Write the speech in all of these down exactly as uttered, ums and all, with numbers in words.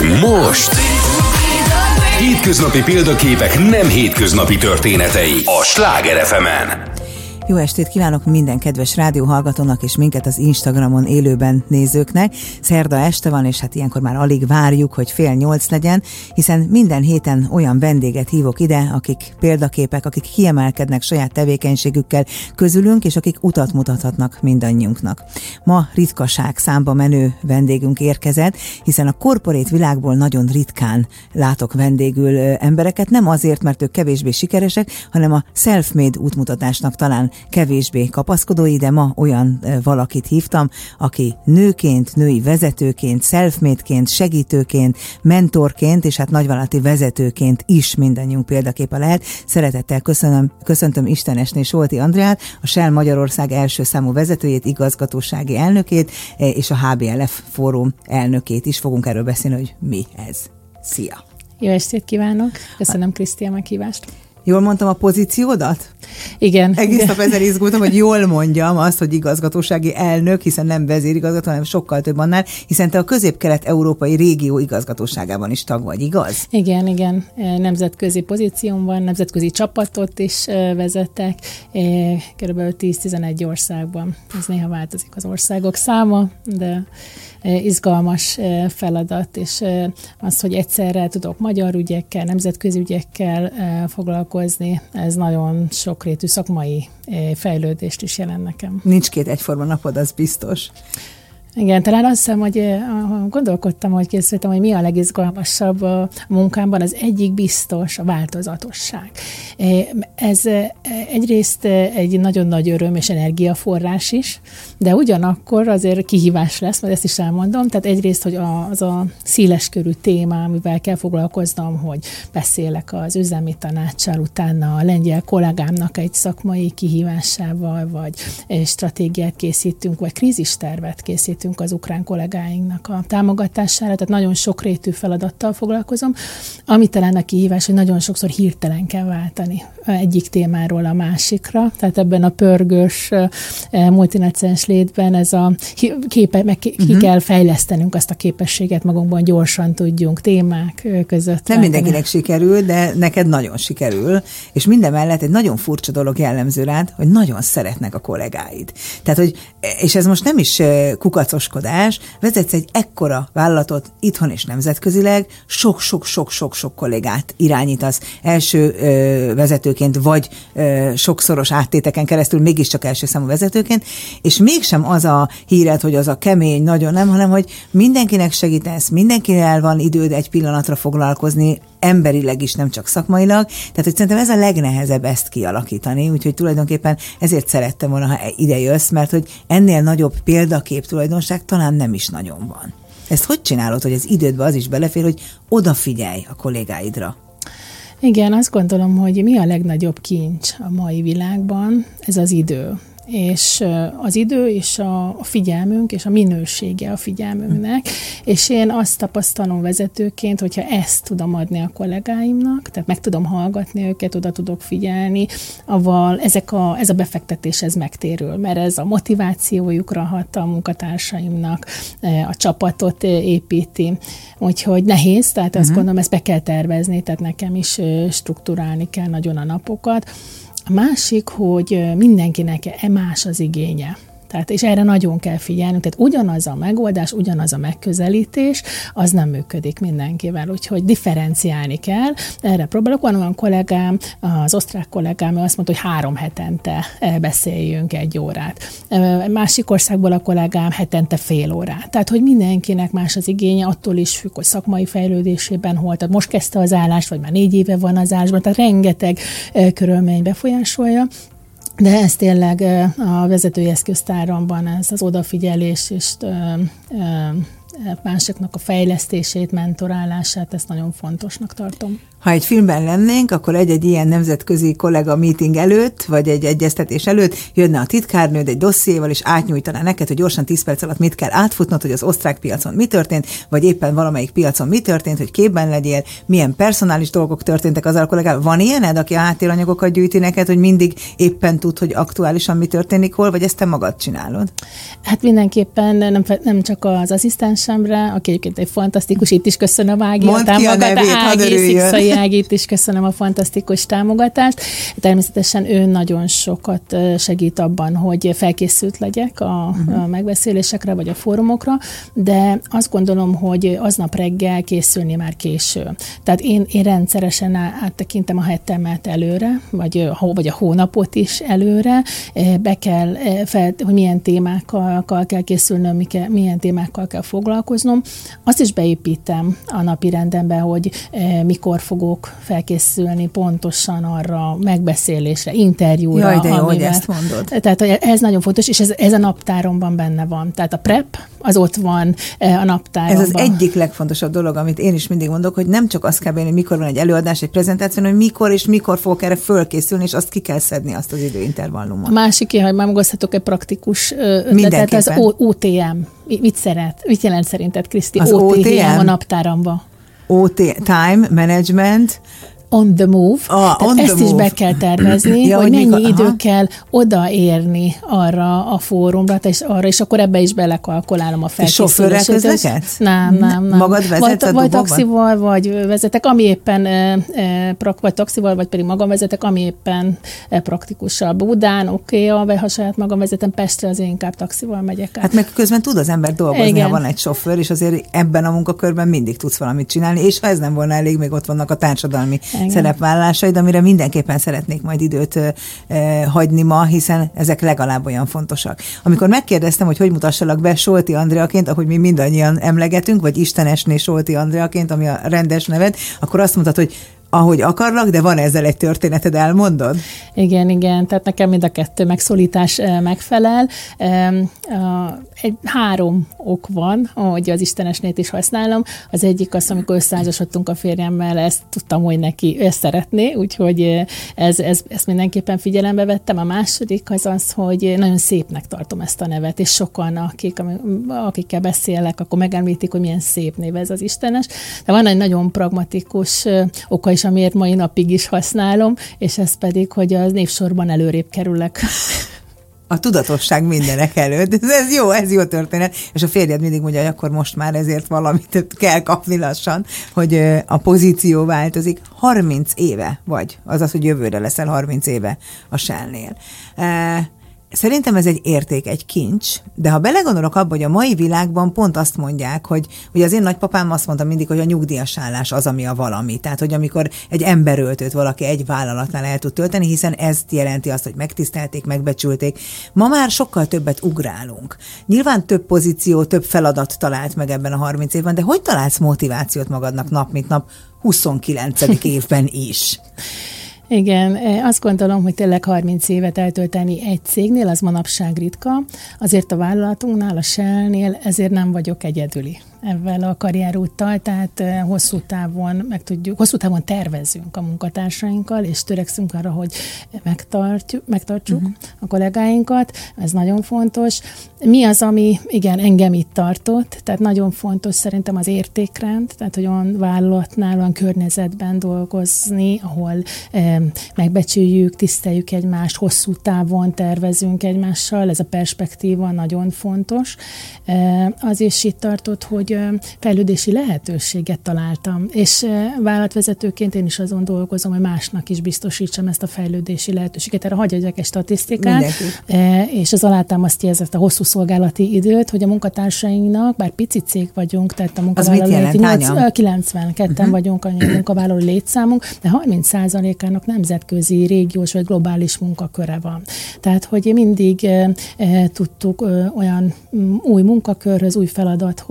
És most hétköznapi példaképek nem hétköznapi történetei a Sláger ef emen. Jó estét kívánok minden kedves rádióhallgatónak és minket az Instagramon élőben nézőknek. Szerda este van, és hát ilyenkor már alig várjuk, hogy fél nyolc legyen, hiszen minden héten olyan vendéget hívok ide, akik példaképek, akik kiemelkednek saját tevékenységükkel közülünk, és akik utat mutathatnak mindannyiunknak. Ma ritkaság számba menő vendégünk érkezett, hiszen a korporét világból nagyon ritkán látok vendégül embereket, nem azért, mert ők kevésbé sikeresek, hanem a self-made útmutatásnak talán kevésbé kapaszkodói, de ma olyan valakit hívtam, aki nőként, női vezetőként, self-made-ként, segítőként, mentorként, és hát nagyvállalati vezetőként is mindannyiunk példaképe lehet. Szeretettel köszönöm, köszöntöm Istenesné Solti Andreát, a Shell Magyarország első számú vezetőjét, igazgatósági elnökét, és a há bé el ef Fórum elnökét is. Fogunk erről beszélni, hogy mi ez. Szia! Jó estét kívánok! Köszönöm, Kriszti, a meghívást. Jól mondtam a pozíciódat? Igen. Egész nap ezen izgultam, hogy jól mondjam azt, hogy igazgatósági elnök, hiszen nem vezérigazgató, hanem sokkal több annál, hiszen te a Közép-Kelet-Európai Régió igazgatóságában is tag vagy, igaz? Igen, igen. Nemzetközi pozícióm van, nemzetközi csapatot is vezetek, körülbelül tíz-tizenegy országban. Ez néha változik az országok száma, de izgalmas feladat, és az, hogy egyszerre tudok magyar ügyekkel, nemzetközi ügyekkel foglalkozni, ez nagyon sokrétű szakmai fejlődést is jelent nekem. Nincs két egyforma napod, az biztos. Igen, talán azt hiszem, hogy gondolkodtam, hogy készültem, hogy mi a legizgalmasabb a munkámban, az egyik biztos a változatosság. Ez egyrészt egy nagyon nagy öröm és energiaforrás is, de ugyanakkor azért kihívás lesz, majd ezt is elmondom, tehát egyrészt, hogy az a széleskörű téma, amivel kell foglalkoznom, hogy beszélek az üzemi tanácssal, utána a lengyel kollégámnak egy szakmai kihívásával, vagy stratégiát készítünk, vagy krízistervet készítünk az ukrán kollégáinknak a támogatására, tehát nagyon sokrétű feladattal foglalkozom, ami talán a kihívás, hogy nagyon sokszor hirtelen kell váltani egyik témáról a másikra, tehát ebben a pörgős multinacionális létben ez a képe, meg ki uh-huh. kell fejlesztenünk azt a képességet magunkban, gyorsan tudjunk témák között. Nem váltani. Mindenkinek sikerül, de neked nagyon sikerül, és minden mellett egy nagyon furcsa dolog jellemző rád, hogy nagyon szeretnek a kollégáid. Tehát, hogy, és ez most nem is kukacoskodás, vezetsz egy ekkora vállalatot itthon és nemzetközileg, sok-sok-sok-sok-sok kollégát irányítasz első ö, vezetőként, vagy ö, sokszoros áttéteken keresztül mégiscsak első számú vezetőként, és mégsem az a híred, hogy az a kemény, nagyon nem, hanem hogy mindenkinek segítesz, mindenkivel van időd egy pillanatra foglalkozni, emberileg is, nem csak szakmailag. Tehát, hogy szerintem ez a legnehezebb ezt kialakítani, úgyhogy tulajdonképpen ezért szerettem volna, ha ide jössz, mert hogy ennél nagyobb példakép tulajdonság talán nem is nagyon van. Ezt hogy csinálod, hogy az idődbe az is belefér, hogy odafigyelj a kollégáidra? Igen, azt gondolom, hogy mi a legnagyobb kincs a mai világban, ez az idő. És az idő és a figyelmünk, és a minősége a figyelmünknek, és én azt tapasztalom vezetőként, hogyha ezt tudom adni a kollégáimnak, tehát meg tudom hallgatni őket, oda tudok figyelni, avval ezek a, ez a befektetés ez megtérül, mert ez a motivációjukra hat a munkatársaimnak, a csapatot építi, úgyhogy nehéz, tehát azt uh-huh. gondolom, ezt be kell tervezni, tehát nekem is strukturálni kell nagyon a napokat. A másik, hogy mindenkinek más az igénye. Tehát, és erre nagyon kell figyelnünk, tehát ugyanaz a megoldás, ugyanaz a megközelítés, az nem működik mindenkivel, úgyhogy differenciálni kell. Erre próbálok. Van olyan kollégám, az osztrák kollégám, azt mondta, hogy három hetente beszéljünk egy órát. Másik országból a kollégám hetente fél órát. Tehát, hogy mindenkinek más az igénye, attól is függ, hogy szakmai fejlődésében hol. Tehát most kezdte az állást, vagy már négy éve van az állásban, tehát rengeteg körülmény befolyásolja. De ez tényleg a vezetői eszköztáramban, ez az odafigyelés és másoknak a fejlesztését, mentorálását, ezt nagyon fontosnak tartom. Ha egy filmben lennénk, akkor egy-egy ilyen nemzetközi kollega meeting előtt, vagy egy egyeztetés előtt jönne a titkárnőd egy dossziéval, és átnyújtaná neked, hogy gyorsan tíz perc alatt mit kell átfutnod, hogy az osztrák piacon mi történt, vagy éppen valamelyik piacon mi történt, hogy képben legyél, milyen personális dolgok történtek azzal a kollégával. Van ilyened, aki a háttéranyagokat gyűjti neked, hogy mindig éppen tud, hogy aktuálisan mi történik hol, vagy ezt te magad csinálod? Hát mindenképpen nem, nem csak az asszisztensemre, aki egyébként egy fantasztikus, itt is köszönöm Ági a támogatást. Ágit is köszönöm a fantasztikus támogatást. Természetesen ő nagyon sokat segít abban, hogy felkészült legyek a, uh-huh. a megbeszélésekre vagy a fórumokra, de azt gondolom, hogy aznap reggel készülni már késő. Tehát én, én rendszeresen áttekintem a hetemet előre, vagy, vagy a hónapot is előre. Be kell, fel, hogy milyen témákkal kell készülnöm, milyen témákkal kell foglalkoznom. Azt is beépítem a napi rendembe, hogy mikor fogok felkészülni pontosan arra megbeszélésre, interjúra. Jaj, de jó, amivel, hogy ezt mondod. Tehát ez nagyon fontos, és ez, ez a naptáromban benne van. Tehát a prep, az ott van a naptáromban. Ez az egyik legfontosabb dolog, amit én is mindig mondok, hogy nem csak azt kell beírni, mikor van egy előadás, egy prezentáció, hanem mikor és mikor fogok erre fölkészülni, és azt ki kell szedni, azt az időintervallumot. A másik, ha már megozhatok egy praktikus ötletet, az o té em. Mit szeret? Mit jelent szerinted, Kriszti? Az o té em a naptáromban. o té, time management, on the move. Ah, on ezt the is move. be kell tervezni, ja, hogy mennyi mikor, idő aha. kell odaérni arra a fórumra, és arra, és akkor ebbe is belekalkulálom a felkészülést. És sofőrrel közleked? Nem, nem, nem. Magad vezetsz a Vagy taxival, vagy vezetek, ami éppen vagy taxival, vagy pedig magam vezetek, ami éppen praktikusabb. Budán, oké, okay, ha saját magam vezetem, Pestre azért inkább taxival megyek át. Hát meg közben tud az ember dolgozni, igen. Ha van egy sofőr, és azért ebben a munkakörben mindig tudsz valamit csinálni, és ha ez nem volna elég, még ott vannak a társadalmi szerepvállalásaid, amire mindenképpen szeretnék majd időt e, hagyni ma, hiszen ezek legalább olyan fontosak. Amikor megkérdeztem, hogy hogy mutassalak be Solti Andreaként, ahogy mi mindannyian emlegetünk, vagy Istenesné Solti Andreaként, ami a rendes neved, akkor azt mondtad, hogy ahogy akarlak, de van ezzel egy történeted, elmondod? Igen, igen, tehát nekem mind a kettő megszólítás megfelel. Egy három ok van, hogy az Istenesnét is használom. Az egyik az, amikor összeházasodtunk a férjemmel, ezt tudtam, hogy neki ezt szeretné, úgyhogy ez, ez, ezt mindenképpen figyelembe vettem. A második az az, hogy nagyon szépnek tartom ezt a nevet, és sokan, akik, akikkel beszélek, akkor megemlítik, hogy milyen szép név ez az Istenes. De van egy nagyon pragmatikus oka is, amiért mai napig is használom, és ez pedig, hogy az névsorban előrébb kerülek. A tudatosság mindenek előtt. Ez jó, ez jó történet. És a férjed mindig mondja, hogy akkor most már ezért valamit kell kapni lassan, hogy a pozíció változik. harminc éve vagy, azaz, hogy jövőre leszel harminc éve a Shell-nél. Szerintem ez egy érték, egy kincs, de ha belegondolok abba, hogy a mai világban pont azt mondják, hogy ugye az én nagypapám azt mondta mindig, hogy a nyugdíjas állás az, ami a valami. Tehát, hogy amikor egy emberöltőt valaki egy vállalatnál el tud tölteni, hiszen ezt jelenti azt, hogy megtisztelték, megbecsülték. Ma már sokkal többet ugrálunk. Nyilván több pozíció, több feladat talált meg ebben a harminc évben, de hogy találsz motivációt magadnak nap, mint nap huszonkilencedik évben is? Igen, azt gondolom, hogy tényleg harminc évet eltölteni egy cégnél, az manapság ritka. Azért a vállalatunknál, a Shell-nél ezért nem vagyok egyedüli ezzel a karrierúttal, tehát hosszú távon meg tudjuk, hosszú távon tervezünk a munkatársainkkal, és törekszünk arra, hogy megtartjuk, megtartsuk uh-huh. a kollégáinkat, ez nagyon fontos. Mi az, ami igen, engem itt tartott, tehát nagyon fontos szerintem az értékrend, tehát hogy olyan vállalatnál, olyan környezetben dolgozni, ahol eh, megbecsüljük, tiszteljük egymást, hosszú távon tervezünk egymással, ez a perspektíva nagyon fontos. Eh, az is itt tartott, hogy fejlődési lehetőséget találtam, és vállalatvezetőként én is azon dolgozom, hogy másnak is biztosítsam ezt a fejlődési lehetőséget. Erre hagyj adjak egy statisztikát, mindenki. És az alátámasztja ezt a hosszú szolgálati időt, hogy a munkatársainknak, bár pici cég vagyunk, tehát a munkavállalói kilencvenketten uh-huh. vagyunk, a munkavállalói létszámunk, de harminc százalékának nemzetközi, régiós vagy globális munkaköre van. Tehát, hogy mindig e, e, tudtuk e, olyan új munkakörhöz, új feladathoz segíteni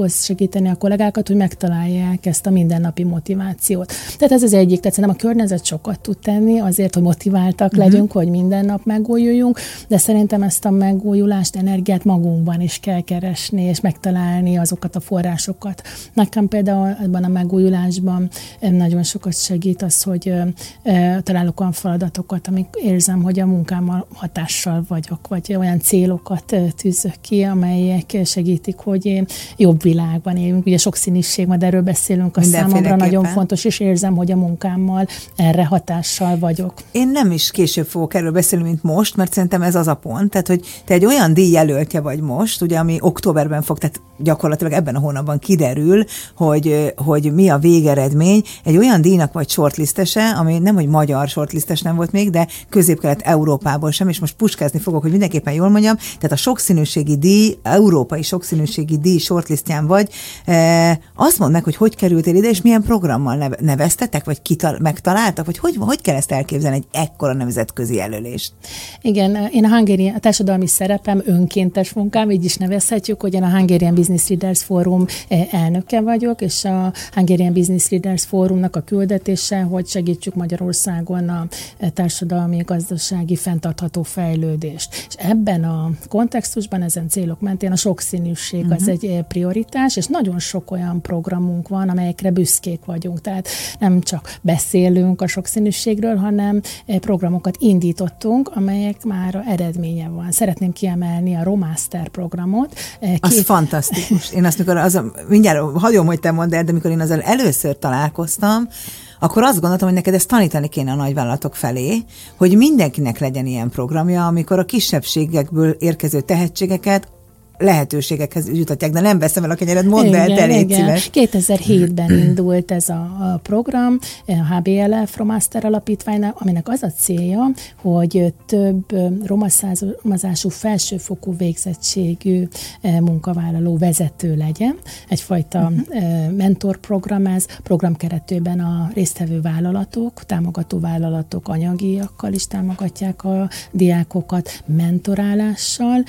segíteni a kollégákat, hogy megtalálják ezt a mindennapi motivációt. Tehát ez az egyik, tehát szerintem a környezet sokat tud tenni azért, hogy motiváltak uh-huh. legyünk, hogy minden nap megújuljunk, de szerintem ezt a megújulást, energiát magunkban is kell keresni, és megtalálni azokat a forrásokat. Nekem például ebben a megújulásban nagyon sokat segít az, hogy találok olyan feladatokat, amik érzem, hogy a munkámmal hatással vagyok, vagy olyan célokat tűzök ki, amelyek segítik, hogy jobb világban élünk. Ugye sokszínűség, majd erről beszélünk, a számomra nagyon fontos, és érzem, hogy a munkámmal erre hatással vagyok. Én nem is később fogok erről beszélni, mint most, mert szerintem ez az a pont, tehát, hogy te egy olyan díjjelöltje vagy most, ugye, ami októberben fog, tehát gyakorlatilag ebben a hónapban kiderül, hogy, hogy mi a végeredmény. Egy olyan díjnak vagy shortlistese, ami nem, hogy magyar shortlistes nem volt még, de Közép-Kelet-Európából sem, és most puskázni fogok, hogy mindenképpen jól mondjam, tehát a sokszínűségi díj, európai sokszínűségi díj shortlistján vagy. E, azt mondd meg, hogy hogy kerültél ide, és milyen programmal neveztetek, vagy kital- megtaláltak, vagy hogy, hogy kell ezt elképzelni egy ekkora nemzetközi jelölést? Igen, én a Hungarian, a társadalmi szerepem önkéntes munkám, így is nevezhetjük, hogy én a Hungarian Business Leaders Forum elnöke vagyok, és a Hungarian Business Leaders Forumnak a küldetése, hogy segítsük Magyarországon a társadalmi, gazdasági, fenntartható fejlődést. És ebben a kontextusban, ezen célok mentén a sokszínűség uh-huh. az egy prioritás, és nagyon sok olyan programunk van, amelyekre büszkék vagyunk. Tehát nem csak beszélünk a sokszínűségről, hanem programokat indítottunk, amelyek már eredménye van. Szeretném kiemelni a Romaster programot. Két... Az fantasztikus. Én azt, mikor az, mindjárt hagyom, hogy te mondd el, de mikor én azzal először találkoztam, akkor azt gondoltam, hogy neked ezt tanítani kéne a nagyvállalatok felé, hogy mindenkinek legyen ilyen programja, amikor a kisebbségekből érkező tehetségeket lehetőségekhez jutatják, de nem veszem el a kenyered, mondd el, te légy szíves. kétezer-hétben indult ez a program, a há bé el ef Romaster alapítványnak, aminek az a célja, hogy több roma származású felsőfokú végzettségű munkavállaló vezető legyen. Egyfajta uh-huh. mentorprogram ez, program keretében a résztvevő vállalatok, támogató vállalatok anyagiakkal is támogatják a diákokat, mentorálással.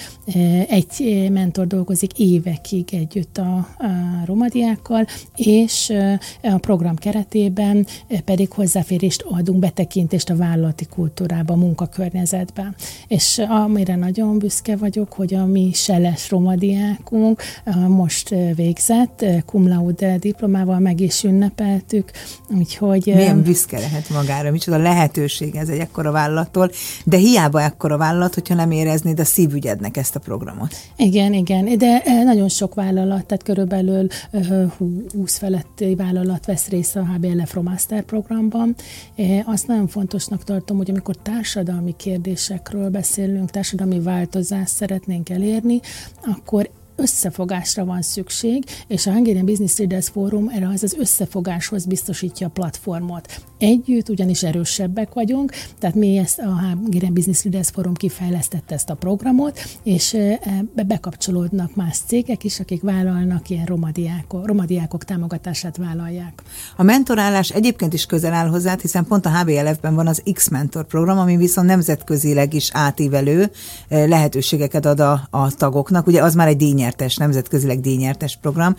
Egy mentor dolgozik évekig együtt a, a romadiákkal, és a program keretében pedig hozzáférést adunk, betekintést a vállalati kultúrába, a munkakörnyezetbe. És amire nagyon büszke vagyok, hogy a mi seles romadiákunk most végzett, cum laude diplomával meg is ünnepeltük, úgyhogy... Milyen büszke lehet magára, micsoda lehetőség ez egy ekkora vállalattól, de hiába ekkora vállalat, hogyha nem éreznéd a szívügyednek ezt a programot. Igen, igen, de nagyon sok vállalat, tehát körülbelül húsz feletti vállalat vesz részt a há bé el ef Romaster programban. Azt nagyon fontosnak tartom, hogy amikor társadalmi kérdésekről beszélünk, társadalmi változást szeretnénk elérni, akkor összefogásra van szükség, és a Hungarian Business Leaders Forum erre az, az összefogáshoz biztosítja a platformot. Együtt ugyanis erősebbek vagyunk, tehát mi ezt a Hungarian Business Leaders Forum kifejlesztette ezt a programot, és ebbe bekapcsolódnak más cégek is, akik vállalnak ilyen romadiákok, romadiákok támogatását vállalják. A mentorálás egyébként is közel áll hozzá, hiszen pont a há bé el ef-ben van az X-Mentor program, ami viszont nemzetközileg is átívelő lehetőségeket ad a, a tagoknak. Ugye az már egy díjnyertes, nemzetközileg díjnyertes program.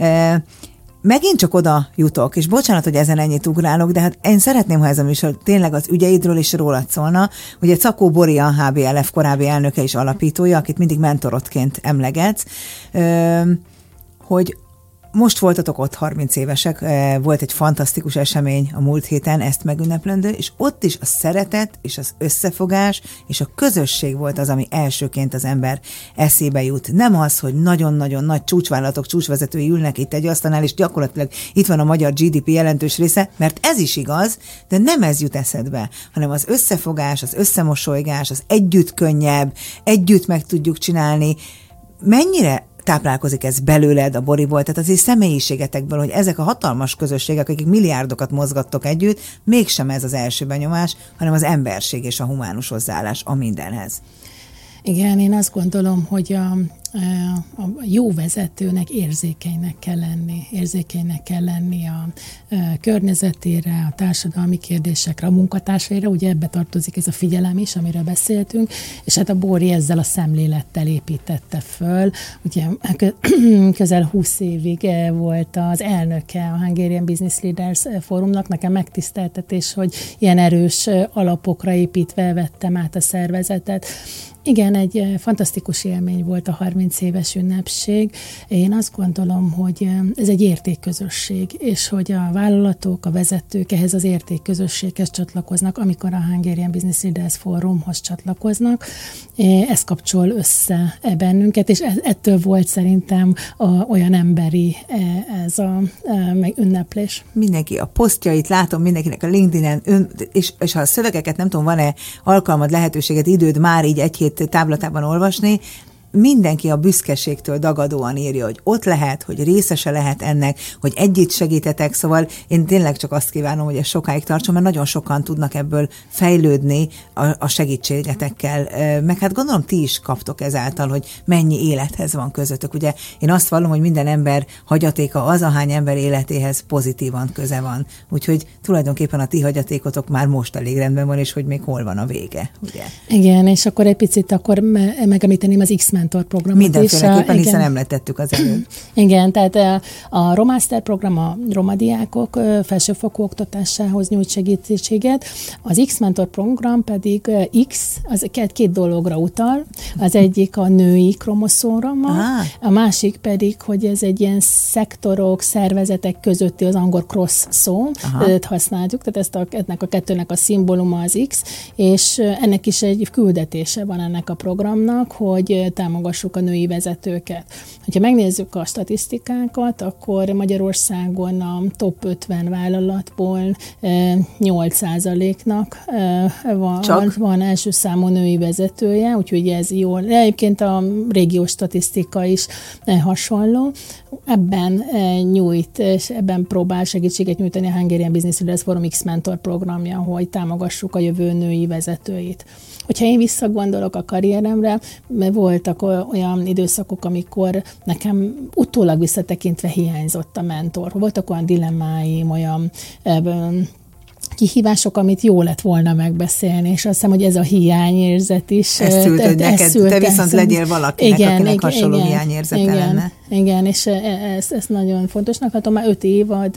Megint csak oda jutok, és bocsánat, hogy ezen ennyit ugrálok, de hát én szeretném, ha ez a műsor tényleg az ügyeidről is rólad szólna. Ugye Czakó Bori a há bé el ef korábbi elnöke és alapítója, akit mindig mentorotként emlegetsz, hogy most voltatok ott harminc évesek, volt egy fantasztikus esemény a múlt héten, ezt megünneplendő, és ott is a szeretet és az összefogás és a közösség volt az, ami elsőként az ember eszébe jut. Nem az, hogy nagyon-nagyon nagy csúcsvállalatok, csúcsvezetői ülnek itt egy asztalnál, és gyakorlatilag itt van a magyar gé dé pé jelentős része, mert ez is igaz, de nem ez jut eszedbe, hanem az összefogás, az összemosolygás, az együtt könnyebb, együtt meg tudjuk csinálni. Mennyire táplálkozik ez belőled, a Boriból, tehát azért személyiségetekből, hogy ezek a hatalmas közösségek, akik milliárdokat mozgattok együtt, mégsem ez az első benyomás, hanem az emberség és a humánus hozzáállás a mindenhez. Igen, én azt gondolom, hogy a, a jó vezetőnek érzékenynek kell lenni. Érzékenynek kell lenni a környezetére, a társadalmi kérdésekre, a munkatársaira, ugye ebbe tartozik ez a figyelem is, amiről beszéltünk, és hát a Bóri ezzel a szemlélettel építette föl. Ugye közel húsz évig volt az elnöke a Hungarian Business Leaders Fórumnak. Nekem megtiszteltetés, hogy ilyen erős alapokra építve vettem át a szervezetet. Igen, egy fantasztikus élmény volt a harminc éves ünnepség. Én azt gondolom, hogy ez egy értékközösség, és hogy a vállalatok, a vezetők ehhez az értékközösséghez csatlakoznak, amikor a Hungarian Business Leaders Forumhoz csatlakoznak. Ez kapcsol össze bennünket, és ettől volt szerintem a, olyan emberi ez a meg ünneplés. Mindenki a posztjait látom, mindenkinek a LinkedIn-en, ön, és, és ha a szövegeket nem tudom, van-e alkalmad, lehetőséged, időd már így egy-hét táblatában olvasni, mindenki a büszkeségtől dagadóan írja, hogy ott lehet, hogy részese lehet ennek, hogy együtt segítetek, szóval én tényleg csak azt kívánom, hogy ez sokáig tartson, mert nagyon sokan tudnak ebből fejlődni a, a segítségetekkel. Meg hát gondolom, ti is kaptok ezáltal, hogy mennyi élethez van közöttök. Ugye én azt vallom, hogy minden ember hagyatéka az, ahány ember életéhez pozitívan köze van. Úgyhogy tulajdonképpen a ti hagyatékotok már most elég rendben van, és hogy még hol van a vége, ugye? Igen, és akkor egy picit akkor me- megemlíteném az X Mentor programot mindenféleképpen, is. Hiszen említettük az előbb. Igen, tehát a Romaster program a roma diákok felsőfokú oktatásához nyújt segítséget. Az X-Mentor program pedig X, az két, két dologra utal. Az egyik a női kromoszóma, a másik pedig, hogy ez egy ilyen szektorok, szervezetek közötti, az angol cross szó, ezt használjuk, tehát ezt a, ennek a kettőnek a szimbóluma az X, és ennek is egy küldetése van ennek a programnak, hogy támogassuk a női vezetőket. Ha megnézzük a statisztikákat, akkor Magyarországon a top ötven vállalatból nyolc százaléknak van, van első számú női vezetője, úgyhogy ez jól. De egyébként a régiós statisztika is hasonló. Ebben nyújt, és ebben próbál segítséget nyújtani a Hungarian Business Leaders Forum X-Mentor programja, hogy támogassuk a jövő női vezetőit. Hogyha én visszagondolok a karrieremre, mert voltak olyan időszakok, amikor nekem utólag visszatekintve hiányzott a mentor. Voltak olyan dilemmáim, olyan ebben, kihívások, amit jó lett volna megbeszélni, és azt hiszem, hogy ez a hiányérzet is. Ezt szült, hogy neked, te viszont legyél valakinek, igen, akinek igen, hasonló igen, hiányérzete igen, lenne. Igen, és ezt, ezt nagyon fontosnak látom. Már öt évad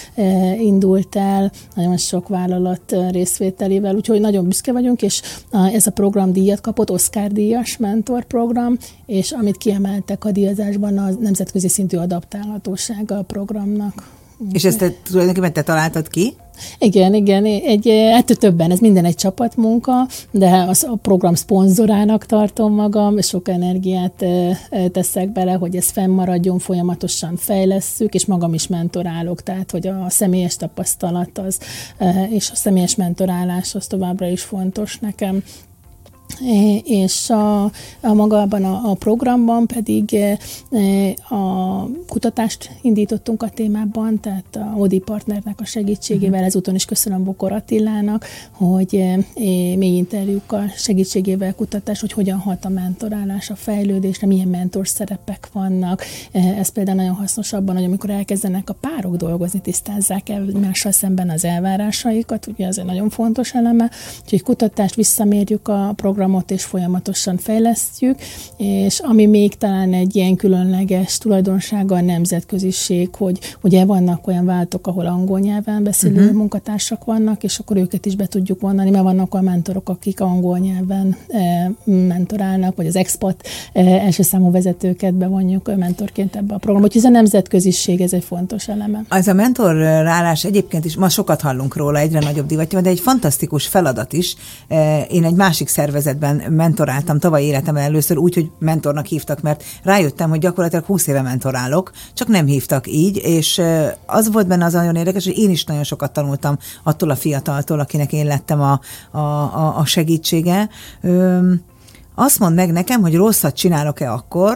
indult el, nagyon sok vállalat részvételével, úgyhogy nagyon büszke vagyunk, és ez a program díjat kapott, Oscar díjas mentorprogram, és amit kiemeltek a díjazásban, a nemzetközi szintű adaptálhatósága a programnak. És ezt te, tulajdonképpen te találtad ki? Igen, igen, egy, ettől többen, ez minden egy csapatmunka, de az a program szponzorának tartom magam, sok energiát teszek bele, hogy ez fennmaradjon, folyamatosan fejlesszük, és magam is mentorálok, tehát hogy a személyes tapasztalat az, és a személyes mentorálás az továbbra is fontos nekem. És a, a magában a, a programban pedig a kutatást indítottunk a témában, tehát a Odi partnernek a segítségével, ezúton is köszönöm Bokor Attilának, hogy mély interjúkkal segítségével kutatás, hogy hogyan hat a mentorálás a fejlődésre, milyen mentor szerepek vannak. Ez például nagyon hasznos abban, hogy amikor elkezdenek a párok dolgozni, tisztázzák el mással szemben az elvárásaikat, ugye ez egy nagyon fontos eleme, úgyhogy kutatást visszamérjük a program és folyamatosan fejlesztjük, és ami még talán egy ilyen különleges tulajdonsága a nemzetköziség, hogy ugye vannak olyan váltok, ahol angol nyelven beszélő uh-huh. munkatársak vannak, és akkor őket is be tudjuk vonni, mert vannak olyan mentorok, akik angol nyelven e, mentorálnak, vagy az expat e, első számú vezetőket bevonjuk mentorként ebbe a programba. Úgyhogy ez a nemzetköziség, ez egy fontos eleme. Ez a mentorálás egyébként is, ma sokat hallunk róla, egyre nagyobb divatja, de egy fantasztikus feladat is. Én egy másik szervezet mentoráltam tavaly életemben először úgy, hogy mentornak hívtak, mert rájöttem, hogy gyakorlatilag húsz éve mentorálok, csak nem hívtak így, és az volt benne az nagyon érdekes, hogy én is nagyon sokat tanultam attól a fiataltól, akinek én lettem a, a, a, a segítsége. Azt mondd meg nekem, hogy rosszat csinálok-e akkor,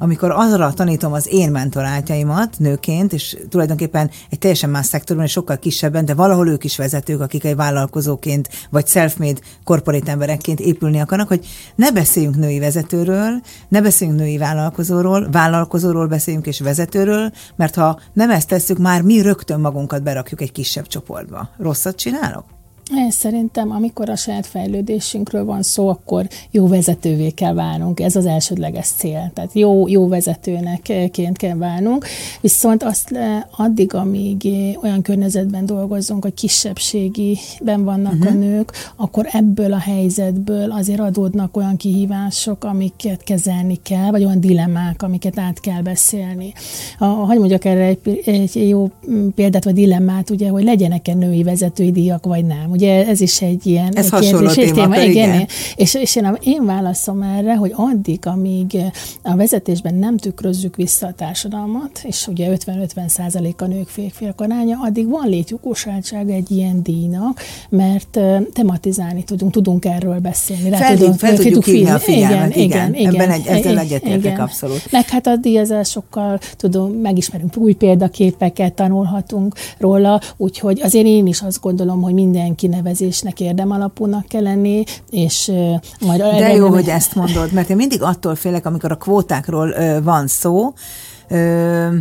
amikor arra tanítom az én mentoráltjaimat nőként, és tulajdonképpen egy teljesen más szektorban, és sokkal kisebben, de valahol ők is vezetők, akik egy vállalkozóként, vagy self-made corporate emberekként épülni akarnak, hogy ne beszéljünk női vezetőről, ne beszéljünk női vállalkozóról, vállalkozóról beszéljünk és vezetőről, mert ha nem ezt tesszük, már mi rögtön magunkat berakjuk egy kisebb csoportba. Rosszat csinálok? Én szerintem, amikor a saját fejlődésünkről van szó, akkor jó vezetővé kell válnunk. Ez az elsődleges cél. Tehát jó, jó vezetőnekként kell válnunk. Viszont azt addig, amíg olyan környezetben dolgozzunk, hogy kisebbségiben vannak uh-huh. a nők, akkor ebből a helyzetből azért adódnak olyan kihívások, amiket kezelni kell, vagy olyan dilemmák, amiket át kell beszélni. A, hogy mondjak erre egy, egy jó példát, vagy dilemmát, ugye, hogy legyenek-e női vezetői díjak, vagy nem. Ugye ez is egy ilyen ez hasonló téma, téma. Igen, igen. És, és én, én válaszom erre, hogy addig, amíg a vezetésben nem tükrözzük vissza a társadalmat, és ugye ötven-ötven százalék a nők férfiak aránya, addig van létjogosultsága egy ilyen díjnak, mert tematizálni tudunk, tudunk erről beszélni. Rá fel, tudunk, fel tudjuk hívni a figyelmet, igen. igen. Ebben egy, ezzel egyetértek abszolút. Meg hát a díjazásokkal tudom, megismerünk új példaképeket, tanulhatunk róla, úgyhogy azért én is azt gondolom, hogy mindenki kinevezésnek érdemalapúnak kell lenni, és uh, majd... De jó, hogy ezt mondod, mert én mindig attól félek, amikor a kvótákról uh, van szó, uh,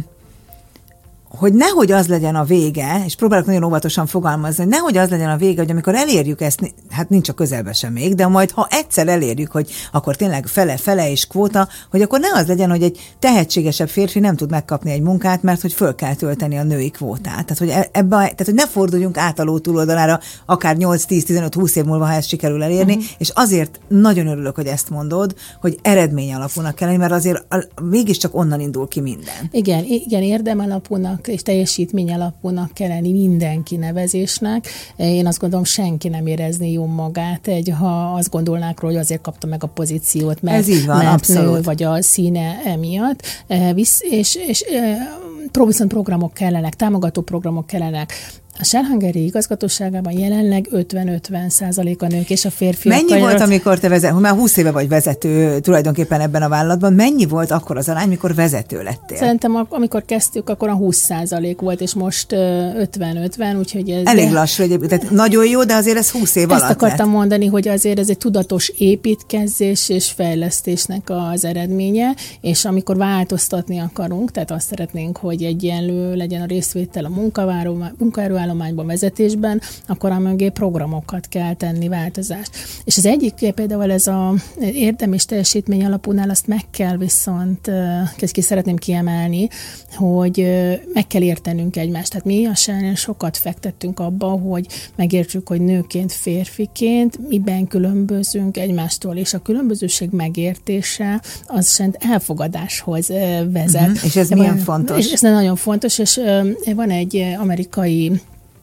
hogy nehogy az legyen a vége, és próbálok nagyon óvatosan fogalmazni, hogy nehogy az legyen a vége, hogy amikor elérjük ezt, hát nincs a közelben sem még, de majd ha egyszer elérjük, hogy akkor tényleg fele-fele és kvóta, hogy akkor ne az legyen, hogy egy tehetségesebb férfi nem tud megkapni egy munkát, mert hogy föl kell tölteni a női kvótát. Tehát, hogy, ebbe, tehát, hogy ne forduljunk át a ló túloldalára akár nyolc, tíz, tizenöt, húsz év múlva, ha ezt sikerül elérni, uh-huh. és azért nagyon örülök, hogy ezt mondod, hogy eredmény alapúnak kell lenni, mert azért a, mégiscsak onnan indul ki minden. Igen, igen, érdemalapúnak és teljesítmény alapúnak kell lenni minden kinevezésnek. Én azt gondolom, senki nem érezni jó magát, egy, ha azt gondolnák róla, hogy azért kapta meg a pozíciót, mert, ez így van, mert abszolút. nő, vagy a színe emiatt. És, és, és viszont programok kellenek, támogató programok kellenek. A Shell Hungary igazgatóságában jelenleg ötven-ötven százalék a nők és a férfiak. Mennyi volt, amikor te vezető, már húsz éve vagy vezető tulajdonképpen ebben a vállalatban, mennyi volt akkor az arány, mikor vezető lettél? Szerintem amikor kezdtük, akkor a húsz százalék volt, és most ötven-ötven, úgyhogy ez... Elég de... lassú egyébként, tehát nagyon jó, de azért ez húsz év alatt Ezt akartam lett. mondani, hogy azért ez egy tudatos építkezés és fejlesztésnek az eredménye, és amikor változtatni akarunk, tehát azt szeretnénk, hogy egyenlő legyen a részvétel a munkaerőállományban, vezetésben, akkor amögé programokat kell tenni, változást. És az egyik például ez a érdem és teljesítmény alapúnál azt meg kell viszont, ezt ki szeretném kiemelni, hogy meg kell értenünk egymást. Tehát mi a Shell-nél sokat fektettünk abba, hogy megértsük, hogy nőként, férfiként miben különbözünk egymástól, és a különbözőség megértése az sem elfogadáshoz vezet. Uh-huh. És ez de milyen van, fontos? És ez nagyon fontos, és van egy amerikai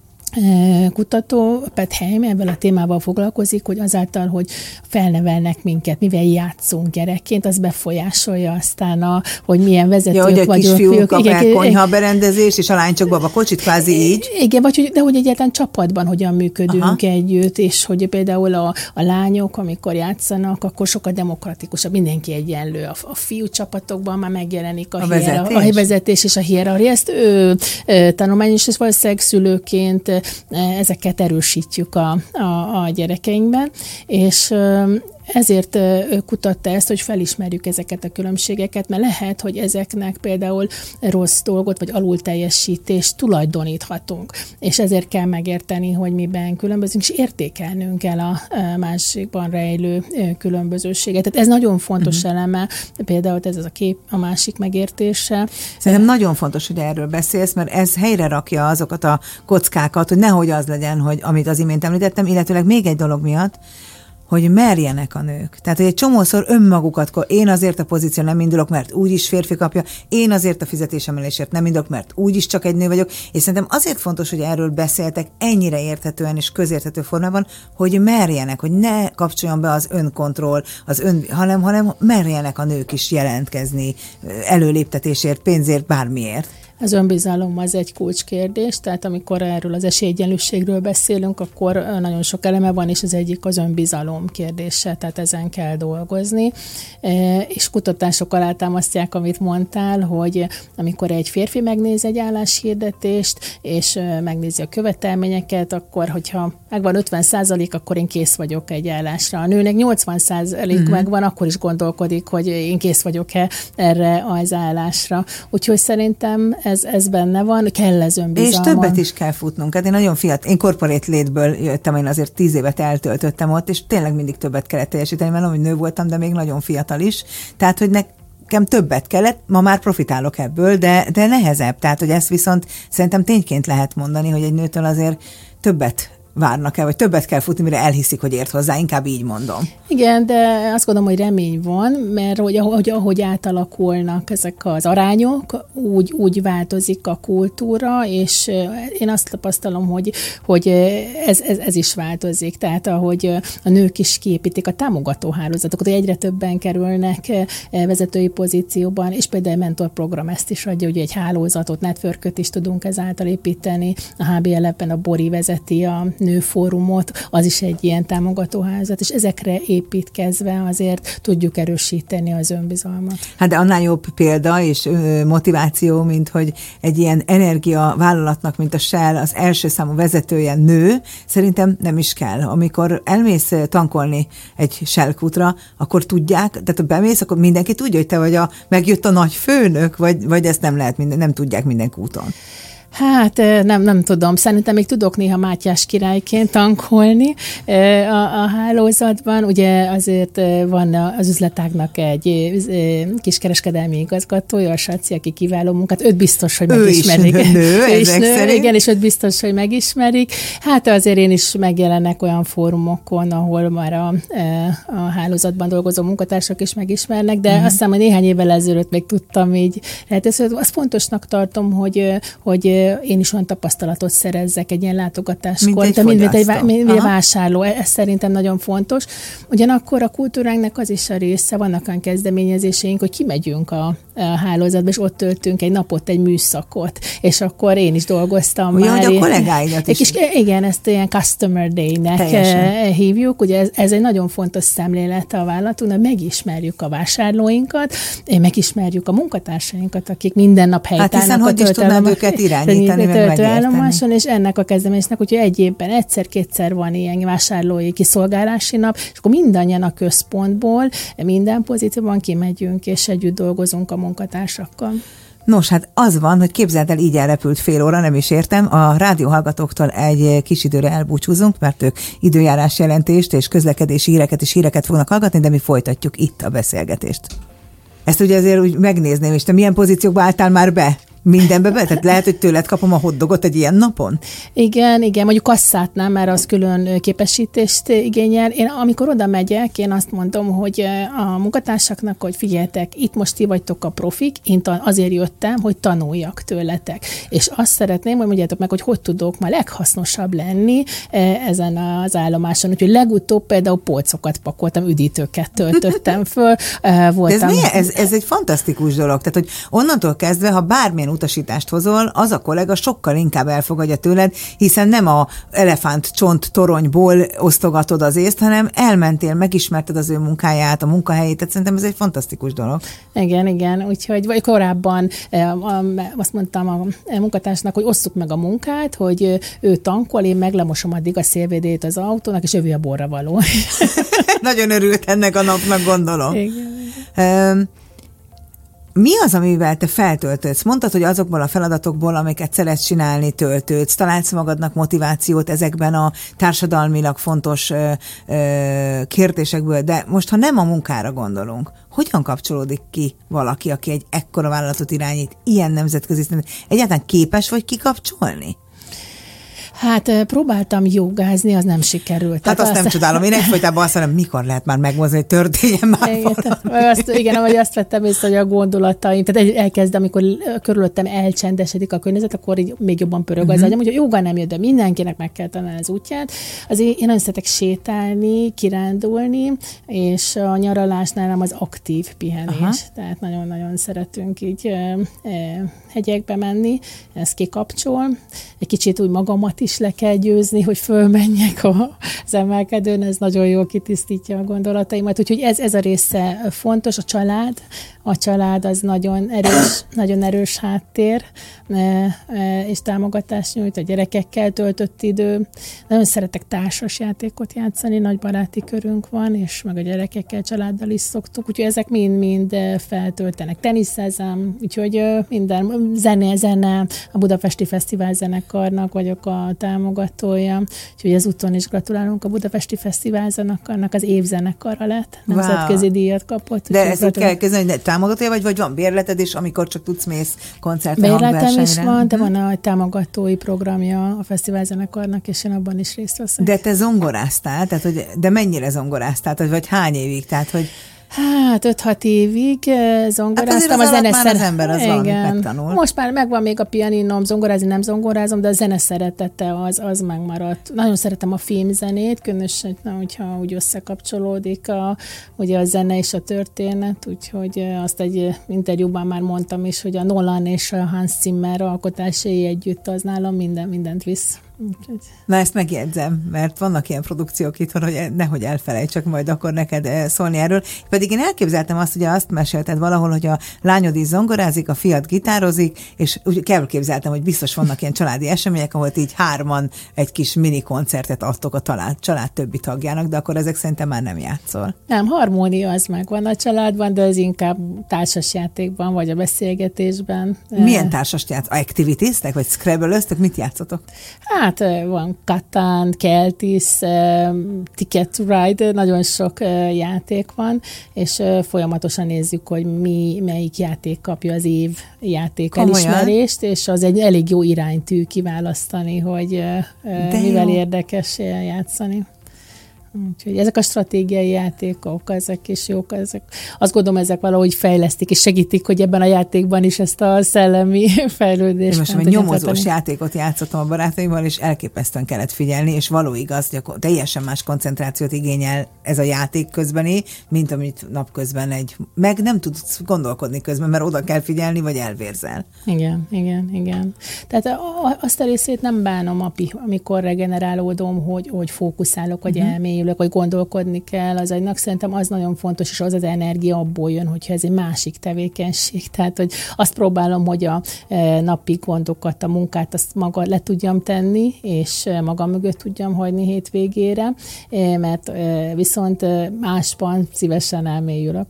kutató, Pat Heim ebben a témával foglalkozik, hogy azáltal, hogy felnevelnek minket, mivel játszunk gyerekként, az befolyásolja aztán, a, hogy milyen vezetők vagyunk. Ja, hogy a kisfiúk kapják konyhaberendezés, és a lány csak babakocsit, kvázi így. Igen, vagy hogy, de hogy egyáltalán csapatban hogyan működünk Aha. együtt, és hogy például a, a lányok, amikor játszanak, akkor sokkal demokratikusabb, mindenki egyenlő. A, a fiú csapatokban már megjelenik a, a, hiera, vezetés. a vezetés és a hierarchia. Ezt ő, ő tanulmányos, és valószínűleg szülőként ezeket erősítjük a, a, a gyerekeinkben, és ezért kutatta ezt, hogy felismerjük ezeket a különbségeket, mert lehet, hogy ezeknek például rossz dolgot, vagy alulteljesítést tulajdoníthatunk. És ezért kell megérteni, hogy miben különbözünk, és értékelnünk kell a másikban rejlő különbözőséget. Tehát ez nagyon fontos uh-huh. eleme, például ez az a kép, a másik megértése. Szerintem nagyon fontos, hogy erről beszélsz, mert ez helyre rakja azokat a kockákat, hogy nehogy az legyen, hogy amit az imént említettem, illetőleg még egy dolog miatt, hogy merjenek a nők. Tehát, hogy egy csomószor önmagukat, én azért a pozíció nem indulok, mert úgyis férfi kapja, én azért a fizetésemelésért nem indulok, mert úgyis csak egy nő vagyok, és szerintem azért fontos, hogy erről beszéltek ennyire érthetően és közérthető formában, hogy merjenek, hogy ne kapcsoljon be az önkontroll, az ön, hanem, hanem merjenek a nők is jelentkezni előléptetésért, pénzért, bármiért. Az önbizalom az egy kulcskérdés, tehát amikor erről az esélyegyenlőségről beszélünk, akkor nagyon sok eleme van, és az egyik az önbizalom kérdése, tehát ezen kell dolgozni. És kutatások alátámasztják, amit mondtál, hogy amikor egy férfi megnéz egy álláshirdetést, és megnézi a követelményeket, akkor, hogyha megvan ötven százalék, akkor én kész vagyok egy állásra. A nőnek nyolcvan százalék uh-huh. megvan, akkor is gondolkodik, hogy én kész vagyok-e erre az állásra. Úgyhogy szerintem ez, ez benne van, kell ez önbizalma. És többet is kell futnunk. Hát én nagyon fiatal, én corporate létből jöttem, én azért tíz évet eltöltöttem ott, és tényleg mindig többet kellett teljesíteni, mert nem, hogy nő voltam, de még nagyon fiatal is. Tehát, hogy nekem többet kellett, ma már profitálok ebből, de, de nehezebb. Tehát, hogy ezt viszont szerintem tényként lehet mondani, hogy egy nőtől azért többet várnak el, vagy többet kell futni, mire elhiszik, hogy ért hozzá, inkább így mondom. Igen, de azt gondolom, hogy remény van, mert hogy ahogy, ahogy átalakulnak ezek az arányok, úgy, úgy változik a kultúra, és én azt tapasztalom, hogy, hogy ez, ez, ez is változik. Tehát ahogy a nők is kiépítik a támogató hálózatokat, hogy egyre többen kerülnek vezetői pozícióban, és például a mentorprogram ezt is adja, hogy egy hálózatot, networköt is tudunk ezáltal építeni. A há bé el ef-ben a Bori vezeti a nőfórumot, az is egy ilyen támogatóhálózat, és ezekre építkezve azért tudjuk erősíteni az önbizalmat. Hát de annál jobb példa és motiváció, mint hogy egy ilyen energiavállalatnak, mint a Shell, az első számú vezetője nő, szerintem nem is kell. Amikor elmész tankolni egy Shell kútra, akkor tudják, tehát ha bemész, akkor mindenki tudja, hogy te vagy a, megjött a nagy főnök, vagy, vagy ezt nem lehet, minden, nem tudják minden kúton. Hát nem, nem tudom. Szerintem még tudok néha Mátyás királyként tankolni a, a hálózatban. Ugye azért van az üzletágnak egy kiskereskedelmi igazgatója, a Saci, aki kiváló munkát. Őt biztos, hogy megismerik. Ő is nő, ő is ezek nő, szerint. igen, és őt biztos, hogy megismerik. Hát azért én is megjelennek olyan fórumokon, ahol már a, a hálózatban dolgozó munkatársak is megismernek, de uh-huh. azt hiszem, hogy néhány évvel ezelőtt még tudtam így. Hát ezt, azt fontosnak tartom, hogy, hogy én is olyan tapasztalatot szerezzek egy ilyen látogatáskor, mint egy, mint, mint egy, mint egy vásárló. Ez szerintem nagyon fontos. Ugyanakkor a kultúránknak az is a része, vannak olyan kezdeményezéseink, hogy kimegyünk a, a hálózatba, és ott töltünk egy napot, egy műszakot, és akkor én is dolgoztam Ugyan, már. Hogy a kollégáidat is. És, igen, ezt ilyen Customer Day-nek teljesen hívjuk. Ugye ez, ez egy nagyon fontos szemlélete a vállalatunknak, megismerjük a vásárlóinkat, megismerjük a munkatársainkat, akik minden nap helytállnak. Hát hiszen hogy is tudnád őket irányítani, meg megérteni. És ennek a kezdeményezésnek, úgyhogy egy évben egyszer-kétszer van ilyen vásárlói kiszolgálási nap, és akkor mindannyian a központból, minden pozícióban kimegyünk, és együtt dolgozunk a munkatársakkal. Nos, hát az van, hogy képzeld el, így elrepült fél óra, nem is értem. A rádióhallgatóktól egy kis időre elbúcsúzunk, mert ők időjárás jelentést és közlekedési híreket és híreket fognak hallgatni, de mi folytatjuk itt a beszélgetést. Ezt ugye azért úgy megnézném, és te milyen pozíciókba álltál már be? Mindenbe be? Tehát lehet, hogy tőled kapom a hotdogot egy ilyen napon? Igen, igen, mondjuk kasszát nem, mert az külön képesítést igényel. Én amikor oda megyek, én azt mondom, hogy a munkatársaknak, hogy figyeljetek, itt most ti vagytok a profik, én azért jöttem, hogy tanuljak tőletek. És azt szeretném, hogy mondjátok meg, hogy hogy tudok már leghasznosabb lenni ezen az állomáson. Úgyhogy legutóbb például polcokat pakoltam, üdítőket töltöttem föl. Voltam. De ez, ez, ez egy fantasztikus dolog. Tehát, hogy onnantól kezdve, ha bármilyen utasítást hozol, az a kollega sokkal inkább elfogadja tőled, hiszen nem a elefánt csont toronyból osztogatod az észt, hanem elmentél, megismerted az ő munkáját, a munkahelyét, tehát szerintem ez egy fantasztikus dolog. Igen, igen, úgyhogy vagy korábban azt mondtam a munkatársnak, hogy osszuk meg a munkát, hogy ő tankol, én meg lemosom addig a szélvédét az autónak, és jövő a borra való. Nagyon örült ennek a napnak, gondolom. Igen. Um, Mi az, amivel te feltöltődsz? Mondtad, hogy azokból a feladatokból, amiket szeretsz csinálni, töltődsz, találsz magadnak motivációt ezekben a társadalmilag fontos ö, ö, kérdésekből, de most, ha nem a munkára gondolunk, hogyan kapcsolódik ki valaki, aki egy ekkora vállalatot irányít, ilyen nemzetközi szinten? Egyáltalán képes vagy kikapcsolni? Hát próbáltam jogázni, az nem sikerült. Hát Tehát azt, azt nem csodálom. Én egyfolytában azt mondom, mikor lehet már megmozdulni, hogy történjen már igen, valami. azt, igen, vagy azt vettem észre, hogy a gondolataim, tehát elkezd, amikor körülöttem elcsendesedik a környezet, akkor így még jobban pörög uh-huh. az agyam, úgyhogy joga nem jött, de mindenkinek meg kell tanulni az útját. Azért én nagyon szeretek sétálni, kirándulni, és a nyaralásnál nem az aktív pihenés. Aha. Tehát nagyon-nagyon szeretünk így e, e, hegyekbe menni, ez kikapcsol. Egy kicsit úgy magamat is le kell győzni, hogy fölmenjek az emelkedőn, ez nagyon jól kitisztítja a gondolataimat, úgyhogy ez, ez a része fontos, a család, a család az nagyon erős, nagyon erős háttér, és támogatást nyújt, a gyerekekkel töltött idő. Nagyon szeretek társas játékot játszani, nagy baráti körünk van, és meg a gyerekekkel, családdal is szoktuk, úgyhogy ezek mind-mind feltöltenek. Teniszezem, úgyhogy minden, zene, zene, a Budapesti Fesztivál zenekarnak vagyok a támogatója, úgyhogy ezúton is gratulálunk a Budapesti Fesztivál zenekarnak, az évzenekara lett, nemzetközi wow. díjat kapott. De ezt kell kezdeni, hogy támogatója vagy, vagy van bérleted is, amikor csak tudsz mész koncertre, bérletem is van, de van a támogatói programja a fesztivál zenekarnak, és én abban is részt veszek. De te zongoráztál, tehát, hogy, de mennyire zongoráztál, vagy hány évig? Tehát, hogy Hát öt-hat évig zongoráztam. Hát a zeneszer... már az ember az valamit megtanul. Most már megvan még a pianinom, zongorázni nem zongorázom, de a zene szeretete az, az megmaradt. Nagyon szeretem a filmzenét, különösen, hogyha úgy összekapcsolódik a, ugye a zene és a történet, úgyhogy azt egy interjúban már mondtam is, hogy a Nolan és a Hans Zimmer alkotásai együtt az nálam minden, mindent visz. Úgyhogy. Na ezt megjegyzem, mert vannak ilyen produkciók itt, hogy nehogy elfelejtsek majd akkor neked szólni erről. Pedig én elképzeltem azt, hogy azt mesélted valahol, hogy a lányod is zongorázik, a fiad gitározik, és úgy elképzeltem, hogy biztos vannak ilyen családi események, ahol így hárman egy kis mini koncertet adtok a család, család többi tagjának, de akkor ezek szerintem már nem játszol. Nem, harmónia az megvan a családban, de ez inkább társasjátékban, vagy a beszélgetésben. Milyen társasjáték? Activities-tek, vagy Scrabble-öztök? Mit játszotok? Hát van Catan, Keltis, Ticket to Ride, nagyon sok játék van, és folyamatosan nézzük, hogy mi, melyik játék kapja az év játék elismerést, és az egy elég jó iránytű kiválasztani, hogy De mivel jó. érdekes játszani. Úgyhogy ezek a stratégiai játékok, ezek is jók, ezek, azt gondolom, ezek valahogy fejlesztik és segítik, hogy ebben a játékban is ezt a szellemi fejlődést. Én most egy nyomozós játékot játszottam a barátaimmal, és elképesztően kellett figyelni, és való igaz, hogy teljesen más koncentrációt igényel ez a játék közbeni, mint amit napközben egy, meg nem tudsz gondolkodni közben, mert oda kell figyelni, vagy elvérzel. Igen, igen, igen. Tehát azt a részét nem bánom, amikor regenerálódom, hogy, hogy fókuszálok, vagy uh-huh. elmélyülök, vagy gondolkodni kell az agynak. Szerintem az nagyon fontos, és az az energia abból jön, hogyha ez egy másik tevékenység. Tehát, hogy azt próbálom, hogy a napi gondokat, a munkát azt maga le tudjam tenni, és magam mögött tudjam hagyni hétvégére, mert viszont másban szívesen elmélyülök.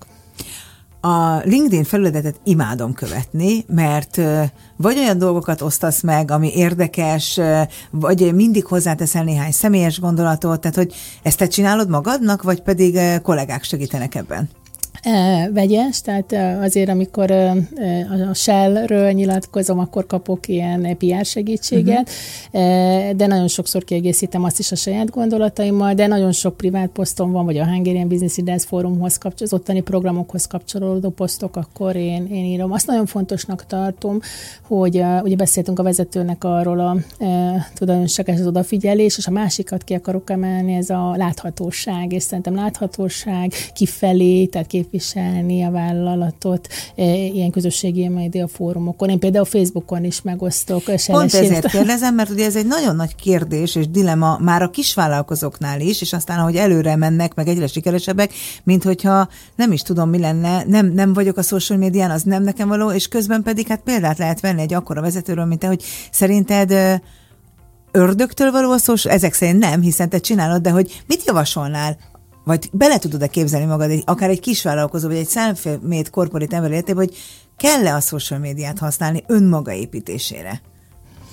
A LinkedIn felületet imádom követni, mert vagy olyan dolgokat osztasz meg, ami érdekes, vagy mindig hozzáteszel néhány személyes gondolatot, tehát hogy ezt te csinálod magadnak, vagy pedig kollégák segítenek ebben? Vegyes, tehát azért, amikor a Shell-ről nyilatkozom, akkor kapok ilyen pé er segítséget, uh-huh. de nagyon sokszor kiegészítem azt is a saját gondolataimmal, de nagyon sok privát posztom van, vagy a Hungarian Business Leaders Forumhoz kapcsolódó, az ottani programokhoz kapcsolódó posztok, akkor én, én írom. Azt nagyon fontosnak tartom, hogy ugye beszéltünk a vezetőnek arról a e, tulajdonságos az odafigyelés, és a másikat ki akarok emelni, ez a láthatóság, és szerintem láthatóság kifelé, tehát képviselni a vállalatot e, ilyen közösségi média fórumokon. Én például Facebookon is megosztok. Pont ezért kérdezem, mert ugye ez egy nagyon nagy kérdés és dilemma már a kisvállalkozóknál is, és aztán ahogy előre mennek, meg egyre sikeresebbek, mint hogyha nem is tudom, mi lenne, nem, nem vagyok a social médián, az nem nekem való, és közben pedig hát példát lehet venni egy akkora vezetőről, mint te, hogy szerinted ördögtől való a social, ezek szerint nem, hiszen te csinálod, de hogy mit javasolnál? Vagy bele tudod-e képzelni magad, akár egy kisvállalkozó, vagy egy self-made corporate ember életében, hogy kell-e a social médiát használni önmaga építésére?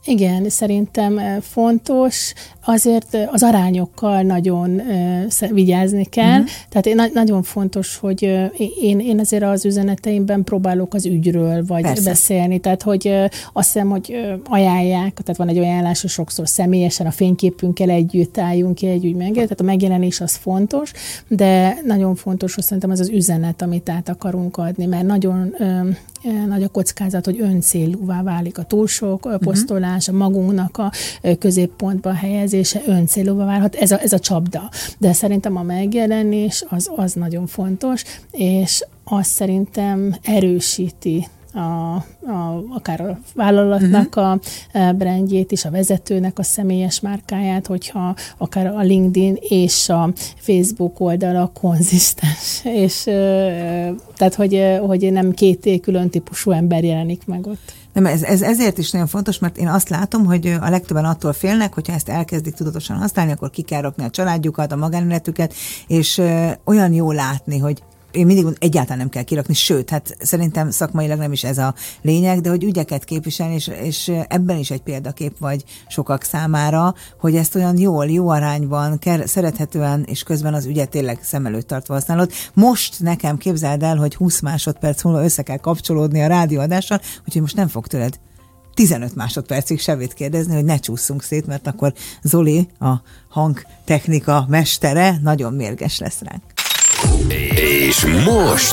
Igen, szerintem fontos, azért az arányokkal nagyon vigyázni kell. Uh-huh. Tehát na- nagyon fontos, hogy én, én azért az üzeneteimben próbálok az ügyről vagy Persze. beszélni. Tehát, hogy azt hiszem, hogy ajánlják, tehát van egy ajánlás, hogy sokszor személyesen a fényképünkkel együtt álljunk ki egy ügy meg. Tehát a megjelenés az fontos, de nagyon fontos, hogy szerintem az az üzenet, amit át akarunk adni, mert nagyon nagy a kockázat, hogy öncélúvá válik a túl sok posztolás, a magunknak a középpontba helyezése öncélúvá válhat. Ez a, ez a csapda. De szerintem a megjelenés az, az nagyon fontos, és az szerintem erősíti A, a, akár a vállalatnak uh-huh. a brandjét is, a vezetőnek a személyes márkáját, hogyha akár a LinkedIn és a Facebook oldala konzisztens, és tehát, hogy, hogy nem két külön típusú ember jelenik meg ott. Nem, ez, ez ezért is nagyon fontos, mert én azt látom, hogy a legtöbben attól félnek, hogyha ezt elkezdik tudatosan használni, akkor ki kell rakni a családjukat, a magánéletüket, és ö, olyan jó látni, hogy én mindig mondom, egyáltalán nem kell kirakni, sőt, hát szerintem szakmailag nem is ez a lényeg, de hogy ügyeket képviselni, és, és ebben is egy példakép vagy sokak számára, hogy ezt olyan jól, jó arányban, szerethetően, és közben az ügyet tényleg szem előtt tartva használod. Most nekem képzeld el, hogy húsz másodperc múlva össze kell kapcsolódni a rádióadással, úgyhogy most nem fog tőled tizenöt másodpercig sevét kérdezni, hogy ne csúszunk szét, mert akkor Zoli, a hangtechnika mestere, nagyon mérges lesz ránk. És most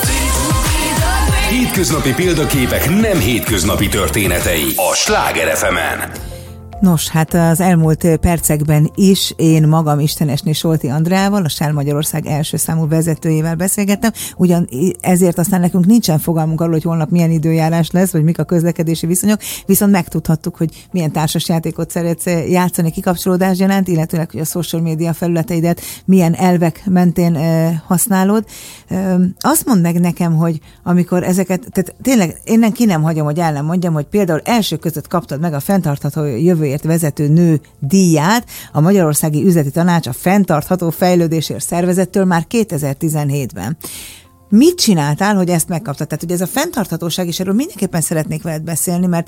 hétköznapi példaképek nem hétköznapi történetei a Sláger ef emen. Nos, hát az elmúlt percekben is én magam Istenesné Solti Andreával, a Shell Magyarország első számú vezetőjével beszélgettem, ugyan ezért aztán nekünk nincsen fogalmunk arról, hogy holnap milyen időjárás lesz, vagy mik a közlekedési viszonyok, viszont megtudhattuk, hogy milyen társasjátékot szeretsz játszani kikapcsolódás gyanánt, illetőleg, hogy a social media felületeidet milyen elvek mentén e, használod. E, azt mondd meg nekem, hogy amikor ezeket, tehát tényleg innen ki nem hagyom, hogy el nem mondjam, hogy például első között kaptad meg a fenntartható jövő vezető nő díját, a Magyarországi Üzleti Tanács a fenntartható fejlődésért szervezettől már kétezer-tizenhétben. Mit csináltál, hogy ezt megkaptad? Tehát, hogy ez a fenntarthatóság, és erről mindenképpen szeretnék veled beszélni, mert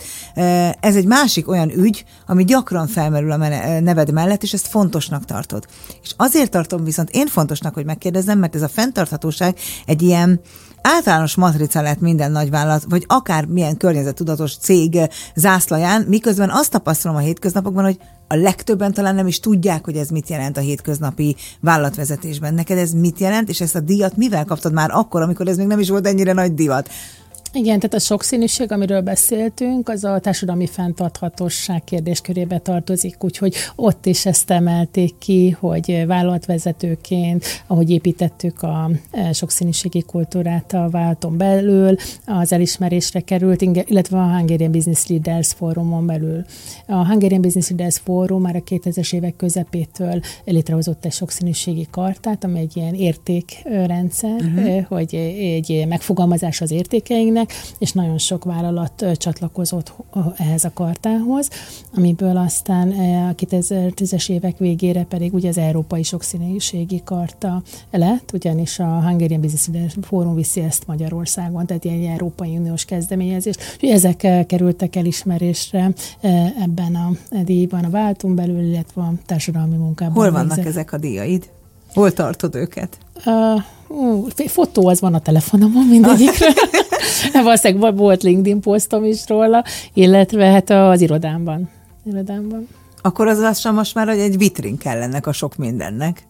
ez egy másik olyan ügy, ami gyakran felmerül a neved mellett, és ezt fontosnak tartod. És azért tartom viszont én fontosnak, hogy megkérdezzem, mert ez a fenntarthatóság egy ilyen általános matrica lett minden nagyvállalat, vagy akár milyen környezettudatos cég zászlaján, miközben azt tapasztalom a hétköznapokban, hogy a legtöbben talán nem is tudják, hogy ez mit jelent a hétköznapi vállalatvezetésben. Neked ez mit jelent, és ezt a díjat mivel kaptad már akkor, amikor ez még nem is volt ennyire nagy divat? Igen, tehát a sokszínűség, amiről beszéltünk, az a társadalmi fenntarthatóság kérdéskörébe tartozik, úgyhogy ott is ezt emelték ki, hogy vállalatvezetőként, ahogy építettük a sokszínűségi kultúrát a vállalaton belül, az elismerésre került, illetve a Hungarian Business Leaders Fórumon belül. A Hungarian Business Leaders Fórum már a kétezres évek közepétől létrehozott egy sokszínűségi kartát, ami egy ilyen értékrendszer, uh-huh. hogy egy megfogalmazás az értékeinknek, és nagyon sok vállalat csatlakozott ehhez a kartához, amiből aztán a kétezer-tízes évek végére pedig ugye az Európai Sokszínűségi Karta lett, ugyanis a Hungarian Business Forum viszi ezt Magyarországon, tehát ilyen Európai Uniós kezdeményezés. Ezek kerültek elismerésre ebben a díjban a vállalaton belül, illetve a társadalmi munkában. Hol vannak végzett. Ezek a díjaid? Hol tartod őket? Uh, uh, fotó az van a telefonomon mindegyikre. Valószínűleg volt LinkedIn posztom is róla, illetve hát az irodámban. irodámban. Akkor az lassan most már egy vitrin kell ennek a sok mindennek.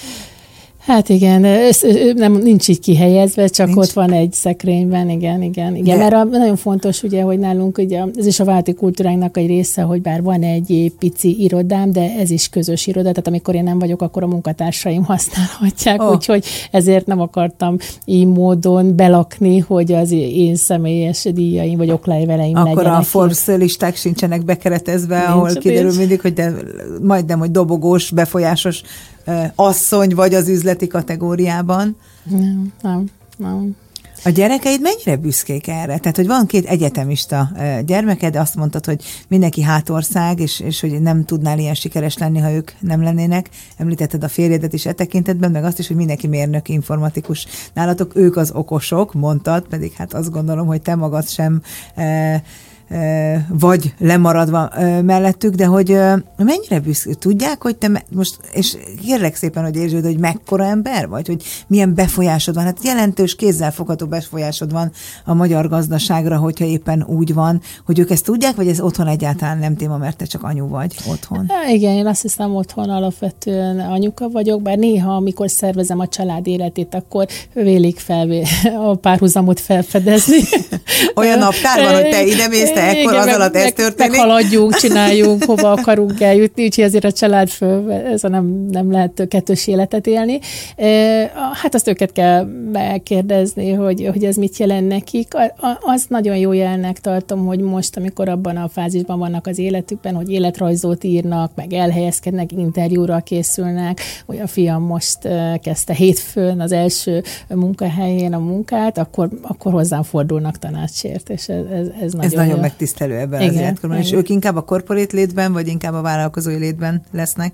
Hát igen, nem, nincs így kihelyezve, csak nincs. Ott van egy szekrényben, igen, igen. igen. Mert a, nagyon fontos, ugye, hogy nálunk ugye, ez is a vállalati kultúránknak egy része, hogy bár van egy pici irodám, de ez is közös iroda, tehát amikor én nem vagyok, akkor a munkatársaim használhatják, oh. úgyhogy ezért nem akartam így módon belakni, hogy az én személyes díjaim vagy oklevéleim legyenek. Akkor a Forbes listák sincsenek bekeretezve, nincs, ahol kiderül nincs. mindig, hogy de, majdnem, hogy dobogós, befolyásos asszony vagy az üzleti kategóriában. Nem, nem, nem. A gyerekeid mennyire büszkék erre? Tehát, hogy van két egyetemista gyermeked, azt mondtad, hogy mindenki hátország, és, és hogy nem tudnál ilyen sikeres lenni, ha ők nem lennének. Említetted a férjedet is e tekintetben, meg azt is, hogy mindenki mérnök, informatikus. Nálatok ők az okosok, mondtad, pedig hát azt gondolom, hogy te magad sem... E, vagy lemaradva mellettük, de hogy mennyire büszke, tudják, hogy te most, és kérlek szépen, hogy értsd, hogy mekkora ember vagy, hogy milyen befolyásod van, hát jelentős kézzelfogható befolyásod van a magyar gazdaságra, hogyha éppen úgy van, hogy ők ezt tudják, vagy ez otthon egyáltalán nem téma, mert te csak anyu vagy otthon? Há, igen, én azt hiszem otthon alapvetően anyuka vagyok, bár néha, amikor szervezem a család életét, akkor vélik fel a párhuzamot felfedezni. Olyan naptár van, hogy te ide mész, te ekkor az alatt ez történik? Meghaladjunk, csináljunk, hova akarunk eljutni, úgyhogy azért a család föl, ez a nem, nem lehet kettős életet élni. Hát azt őket kell megkérdezni, hogy, hogy ez mit jelent nekik. Az nagyon jó jelnek tartom, hogy most, amikor abban a fázisban vannak az életükben, hogy életrajzot írnak, meg elhelyezkednek, interjúra készülnek, hogy a fiam most kezdte hétfőn az első munkahelyén a munkát, akkor, akkor hozzám fordulnak tanácsért, és ez, ez, ez nagyon Ez nagyon jó. megtisztelő ebben Igen, az életkorban. És ők inkább a corporate létben, vagy inkább a vállalkozói létben lesznek?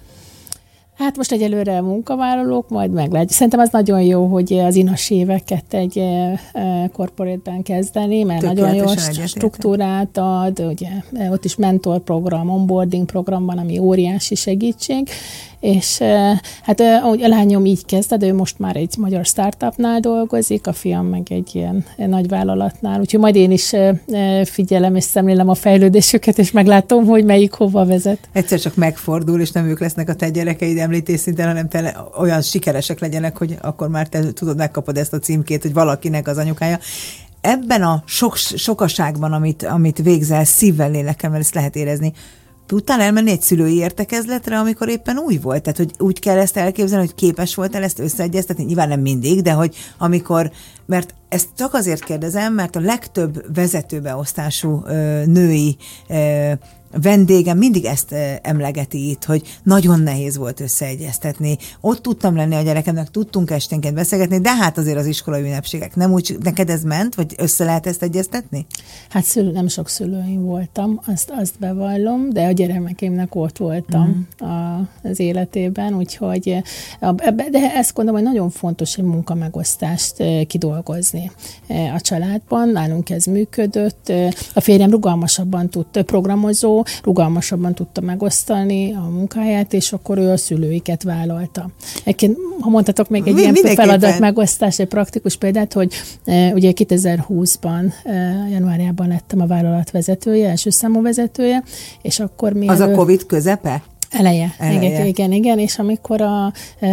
Hát most egyelőre munkavállalók, majd meglátjuk. Szerintem az nagyon jó, hogy az inas éveket egy corporate-ben kezdeni, mert nagyon jó struktúrát ad, ugye ott is mentorprogram, onboarding program van, ami óriási segítség, és hát ahogy a lányom így kezdte, de ő most már egy magyar startupnál dolgozik, a fiam meg egy ilyen nagy vállalatnál, úgyhogy majd én is figyelem és szemlélem a fejlődésüket, és meglátom, hogy melyik hova vezet. Egyszer csak megfordul, és nem ők lesznek a te gyerekeid említés szinten, hanem te olyan sikeresek legyenek, hogy akkor már te tudod, megkapod ezt a címkét, hogy valakinek az anyukája. Ebben a sok, sokaságban, amit, amit végzel, szívvel, lélekkel, mert ezt lehet érezni, tudtál elmenni egy szülői értekezletre, amikor éppen új volt? Tehát, hogy úgy kell ezt elképzelni, hogy képes voltál ezt összeegyeztetni? Nyilván nem mindig, de hogy amikor, mert ezt csak azért kérdezem, mert a legtöbb vezetőbeosztású ö, női ö, vendégem mindig ezt emlegeti itt, hogy nagyon nehéz volt összeegyeztetni. Ott tudtam lenni a gyerekemnek, tudtunk esténként beszélgetni, de hát azért az iskolai ünnepségek nem úgy, neked ez ment, vagy össze lehet ezt egyeztetni? Hát szülő, nem sok szülőim voltam, azt, azt bevallom, de a gyermekeimnek ott voltam mm. a, az életében, úgyhogy de ezt gondolom, hogy nagyon fontos egy munkamegosztást kidolgozni a családban. Nálunk ez működött. A férjem rugalmasabban tud, programozó, rugalmasabban tudta megosztani a munkáját, és akkor ő a szülőiket vállalta. Egyébként, ha mondhatok még egy Mi, ilyen feladat megosztás, egy praktikus példát, hogy e, ugye kétezer-húszban, e, januárjában lettem a vállalat vezetője, első számú vezetője, és akkor mi... Az elő... a Covid közepe? Eleje. Eleje. Igen, igen, igen, és amikor a, e,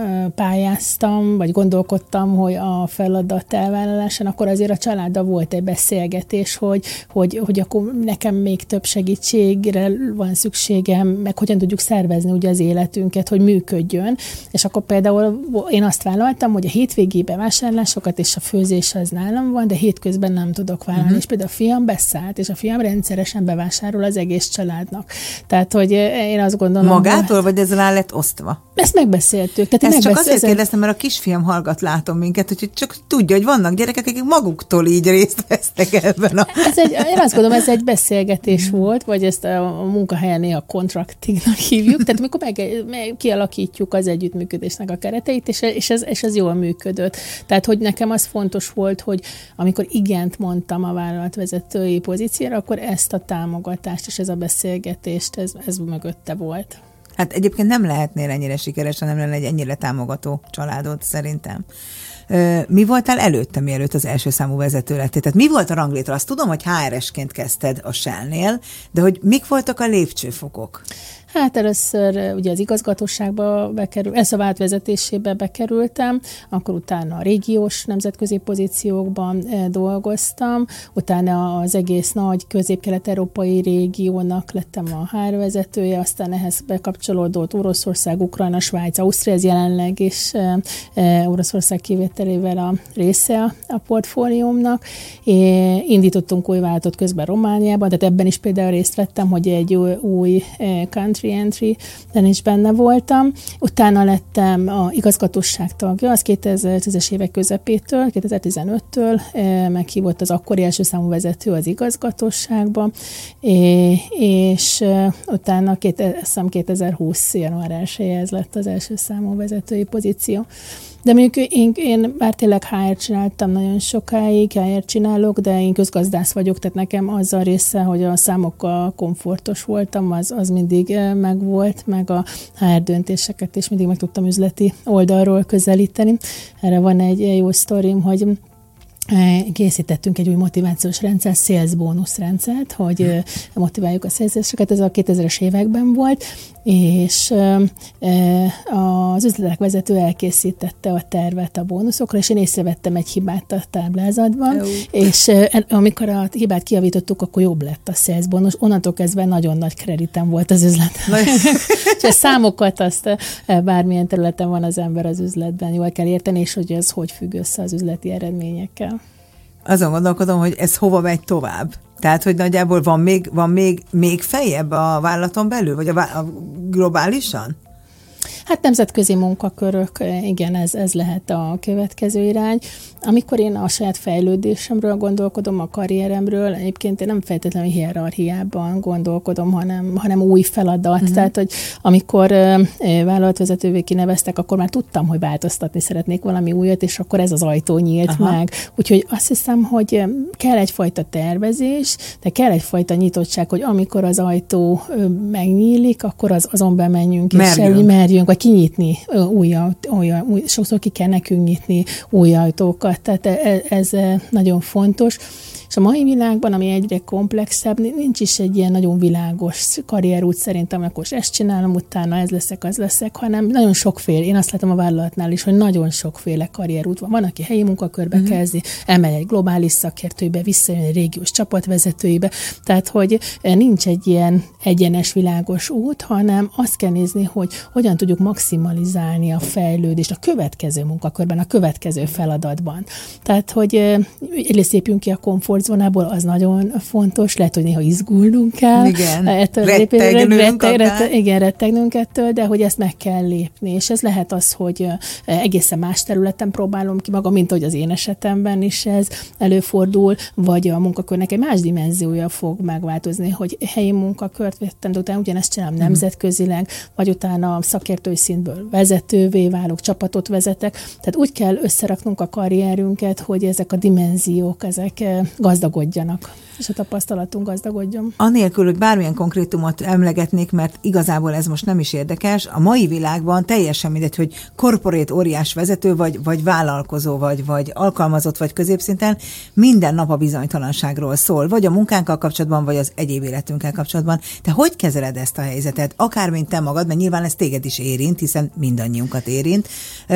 pályáztam, vagy gondolkodtam, hogy a feladat elvállalásán, akkor azért a családdal volt egy beszélgetés, hogy, hogy, hogy akkor nekem még több segítségre van szükségem, meg hogyan tudjuk szervezni ugye az életünket, hogy működjön. És akkor például én azt vállaltam, hogy a hétvégi bevásárlásokat és a főzés az nálam van, de hétközben nem tudok vállalni. Uh-huh. És például a fiam beszállt, és a fiam rendszeresen bevásárol az egész családnak. Tehát, hogy én azt gondolom, magától, vagy ez rá lett osztva? Ezt megbeszéltük. Tehát ezt csak azért kérdeztem, mert a kisfiam hallgat, látom minket, hogy csak tudja, hogy vannak gyerekek, akik maguktól így részt vesznek ebben. A... Ez egy, én azt gondolom, ez egy beszélgetés volt, vagy ezt a, a munkahelyen néha contractingnak hívjuk, tehát amikor meg, meg kialakítjuk az együttműködésnek a kereteit, és, és, ez, és ez jól működött. Tehát, hogy nekem az fontos volt, hogy amikor igent mondtam a vállalatvezetői pozícióra, akkor ezt a támogatást és ez a beszélgetést, ez, ez mögötte volt. Hát egyébként nem lehetnél ennyire sikeres, nem lenne egy ennyire támogató családod, szerintem. Mi voltál előtte, mielőtt az első számú vezető lettél? Tehát mi volt a ranglétra? Azt tudom, hogy há er esként kezdted a Shell-nél, de hogy mik voltak a lépcsőfokok? Hát először ugye az igazgatóságba bekerül, ez a vállalat vezetésébe bekerültem, akkor utána a régiós nemzetközi pozíciókban dolgoztam, utána az egész nagy közép-kelet-európai régiónak lettem a há er vezetője, aztán ehhez bekapcsolódott Oroszország, Ukrajna, Svájc, Ausztria, ez jelenleg is Oroszország kivételével a része a, a portfóliómnak. É, indítottunk új vállalatot közben Romániában, tehát ebben is például részt vettem, hogy egy új, új country entry-ben is benne voltam. Utána lettem a igazgatóság tagja, az kétezer-tízes évek közepétől, kétezer-tizenöttől meghívott az akkori első számú vezető az igazgatóságba, és utána kétezer-húsz január elsejéhez lett az első számú vezetői pozíció. De mondjuk én, én már tényleg há er csináltam nagyon sokáig, há er csinálok, de én közgazdász vagyok, tehát nekem az a része, hogy a számokkal komfortos voltam, az, az mindig megvolt, meg a há er döntéseket is mindig meg tudtam üzleti oldalról közelíteni. Erre van egy jó sztorim, hogy készítettünk egy új motivációs rendszer, sales bónusz rendszert, hogy motiváljuk a szélzéseket, ez a kétezres években volt, és az üzletek vezető elkészítette a tervet a bónuszokra, és én észrevettem egy hibát a táblázatban, Jó. és amikor a hibát kijavítottuk, akkor jobb lett a sales bónusz. Onnantól kezdve nagyon nagy kreditem volt az üzletben. És a számokat azt bármilyen területen van az ember az üzletben, jól kell érteni, és hogy ez hogy függ össze az üzleti eredményekkel. Azon gondolkodom, hogy ez hova megy tovább. Tehát, hogy nagyjából van még, van még, még feljebb a vállalaton belül, vagy a, a globálisan? Hát nemzetközi munkakörök, igen, ez, ez lehet a következő irány. Amikor én a saját fejlődésemről gondolkodom, a karrieremről, egyébként én nem feltétlenül hierarchiában gondolkodom, hanem, hanem új feladat. Uh-huh. Tehát, hogy amikor vállalatvezetővé kineveztek, akkor már tudtam, hogy változtatni szeretnék valami újat, és akkor ez az ajtó nyílt Aha. meg. Úgyhogy azt hiszem, hogy kell egyfajta tervezés, de kell egyfajta nyitottság, hogy amikor az ajtó megnyílik, akkor az, azon bemenjünk, merjünk. és merjünk, vagy kinyitni új, új, új, sokszor ki kell nekünk nyitni új ajtókat. Tehát ez nagyon fontos. És a mai világban, ami egyre komplexebb, nincs is egy ilyen nagyon világos karrierút szerintem, akkor ezt csinálom, utána ez leszek, az leszek, hanem nagyon sokféle, én azt látom a vállalatnál is, hogy nagyon sokféle karrierút van. Van, aki helyi munkakörbe uh-huh. kezdi, emelj egy globális szakértőibe, visszajön egy régiós csapatvezetőibe, tehát, hogy nincs egy ilyen egyenes világos út, hanem azt kell nézni, hogy hogyan tudjuk maximalizálni a fejlődést a következő munkakörben, a következő feladatban. Tehát, hogy egyrészt lépjünk ki a komfortzónából, az nagyon fontos, lehet, hogy néha izgulnunk kell. Igen, ettől rettegnünk retteg, retteg, Igen, rettegnünk ettől, de hogy ezt meg kell lépni. És ez lehet az, hogy egészen más területen próbálom ki magam, mint hogy az én esetemben is ez előfordul, vagy a munkakörnek egy más dimenziója fog megváltozni, hogy helyi munkakört vettem, de utána ugyanezt csinálom uh-huh. nemzetközileg, vagy utána szakértői szintből vezetővé válok, csapatot vezetek. Tehát úgy kell összeraknunk a karrierünket, hogy ezek a dimenziók, ezek gazdagodjanak, és a tapasztalatunk gazdagodjon. Anélkül, hogy bármilyen konkrétumot emlegetnék, mert igazából ez most nem is érdekes, a mai világban teljesen mindegy, hogy corporate óriás vezető, vagy, vagy vállalkozó, vagy, vagy alkalmazott, vagy középszinten, minden nap a bizonytalanságról szól, vagy a munkánkkal kapcsolatban, vagy az egyéb életünkkel kapcsolatban. Te hogy kezeled ezt a helyzetet? Akár mint te magad, mert nyilván ez téged is érint, hiszen mindannyiunkat érint,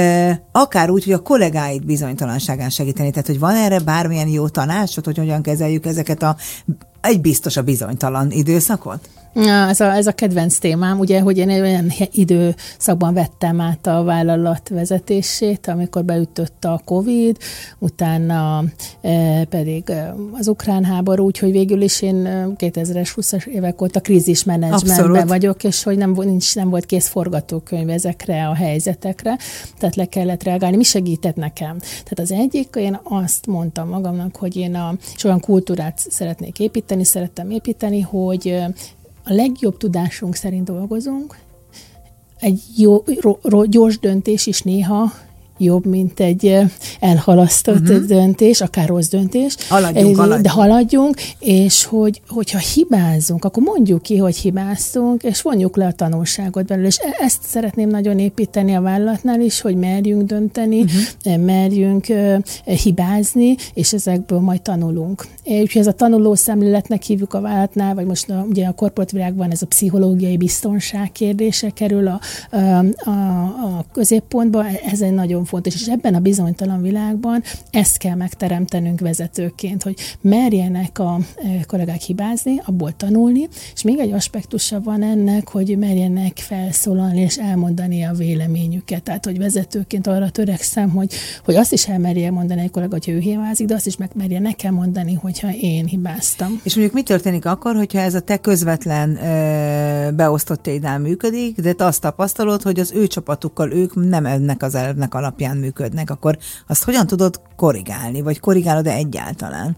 akár úgy, hogy a kollégáid bizonytalanságán segíteni. Tehát, hogy van erre bármilyen jó tanácsot, hogy hogyan kezeljük ezeket a egy biztos a bizonytalan időszakot? Ja, ez, a, ez a kedvenc témám, ugye, hogy én olyan időszakban vettem át a vállalat vezetését, amikor beütött a Covid, utána e, pedig az ukrán háború, úgyhogy végül is én kétezer-húszas évek óta krízismenedzsmentben vagyok, és hogy nem, nincs, nem volt kész forgatókönyv ezekre a helyzetekre, tehát le kellett reagálni. Mi segített nekem? Tehát az egyik, én azt mondtam magamnak, hogy én a, és olyan kultúrát szeretnék építeni, szerettem építeni, hogy a legjobb tudásunk szerint dolgozunk. Egy jó, ro, ro, gyors döntés is néha jobb, mint egy elhalasztott uh-huh. döntés, akár rossz döntés. Haladjunk, de haladjunk. haladjunk, és hogy, hogyha hibázunk, akkor mondjuk ki, hogy hibáztunk, és vonjuk le a tanulságot belőle. És ezt szeretném nagyon építeni a vállalatnál is, hogy merjünk dönteni, uh-huh. merjünk uh, hibázni, és ezekből majd tanulunk. Úgyhogy ez a tanuló szemléletnek hívjuk a vállalatnál, vagy most a, ugye a korporát világban ez a pszichológiai biztonság kérdése kerül a, a, a, a középpontba, ez egy nagyon fontos, és ebben a bizonytalan világban ezt kell megteremtenünk vezetőként, hogy merjenek a kollégák hibázni, abból tanulni, és még egy aspektusa van ennek, hogy merjenek felszólalni és elmondani a véleményüket. Tehát, hogy vezetőként arra törekszem, hogy, hogy azt is elmerje mondani egy kollega, hogy ő hibázik, de azt is megmerje nekem mondani, hogyha én hibáztam. És mondjuk mi történik akkor, hogyha ez a te közvetlen ö, beosztottjaidnál működik, de te azt tapasztalod, hogy az ő csapatukkal ők nem ennek az elvnek alapján működnek, akkor azt hogyan tudod korrigálni, vagy korrigálod-e egyáltalán?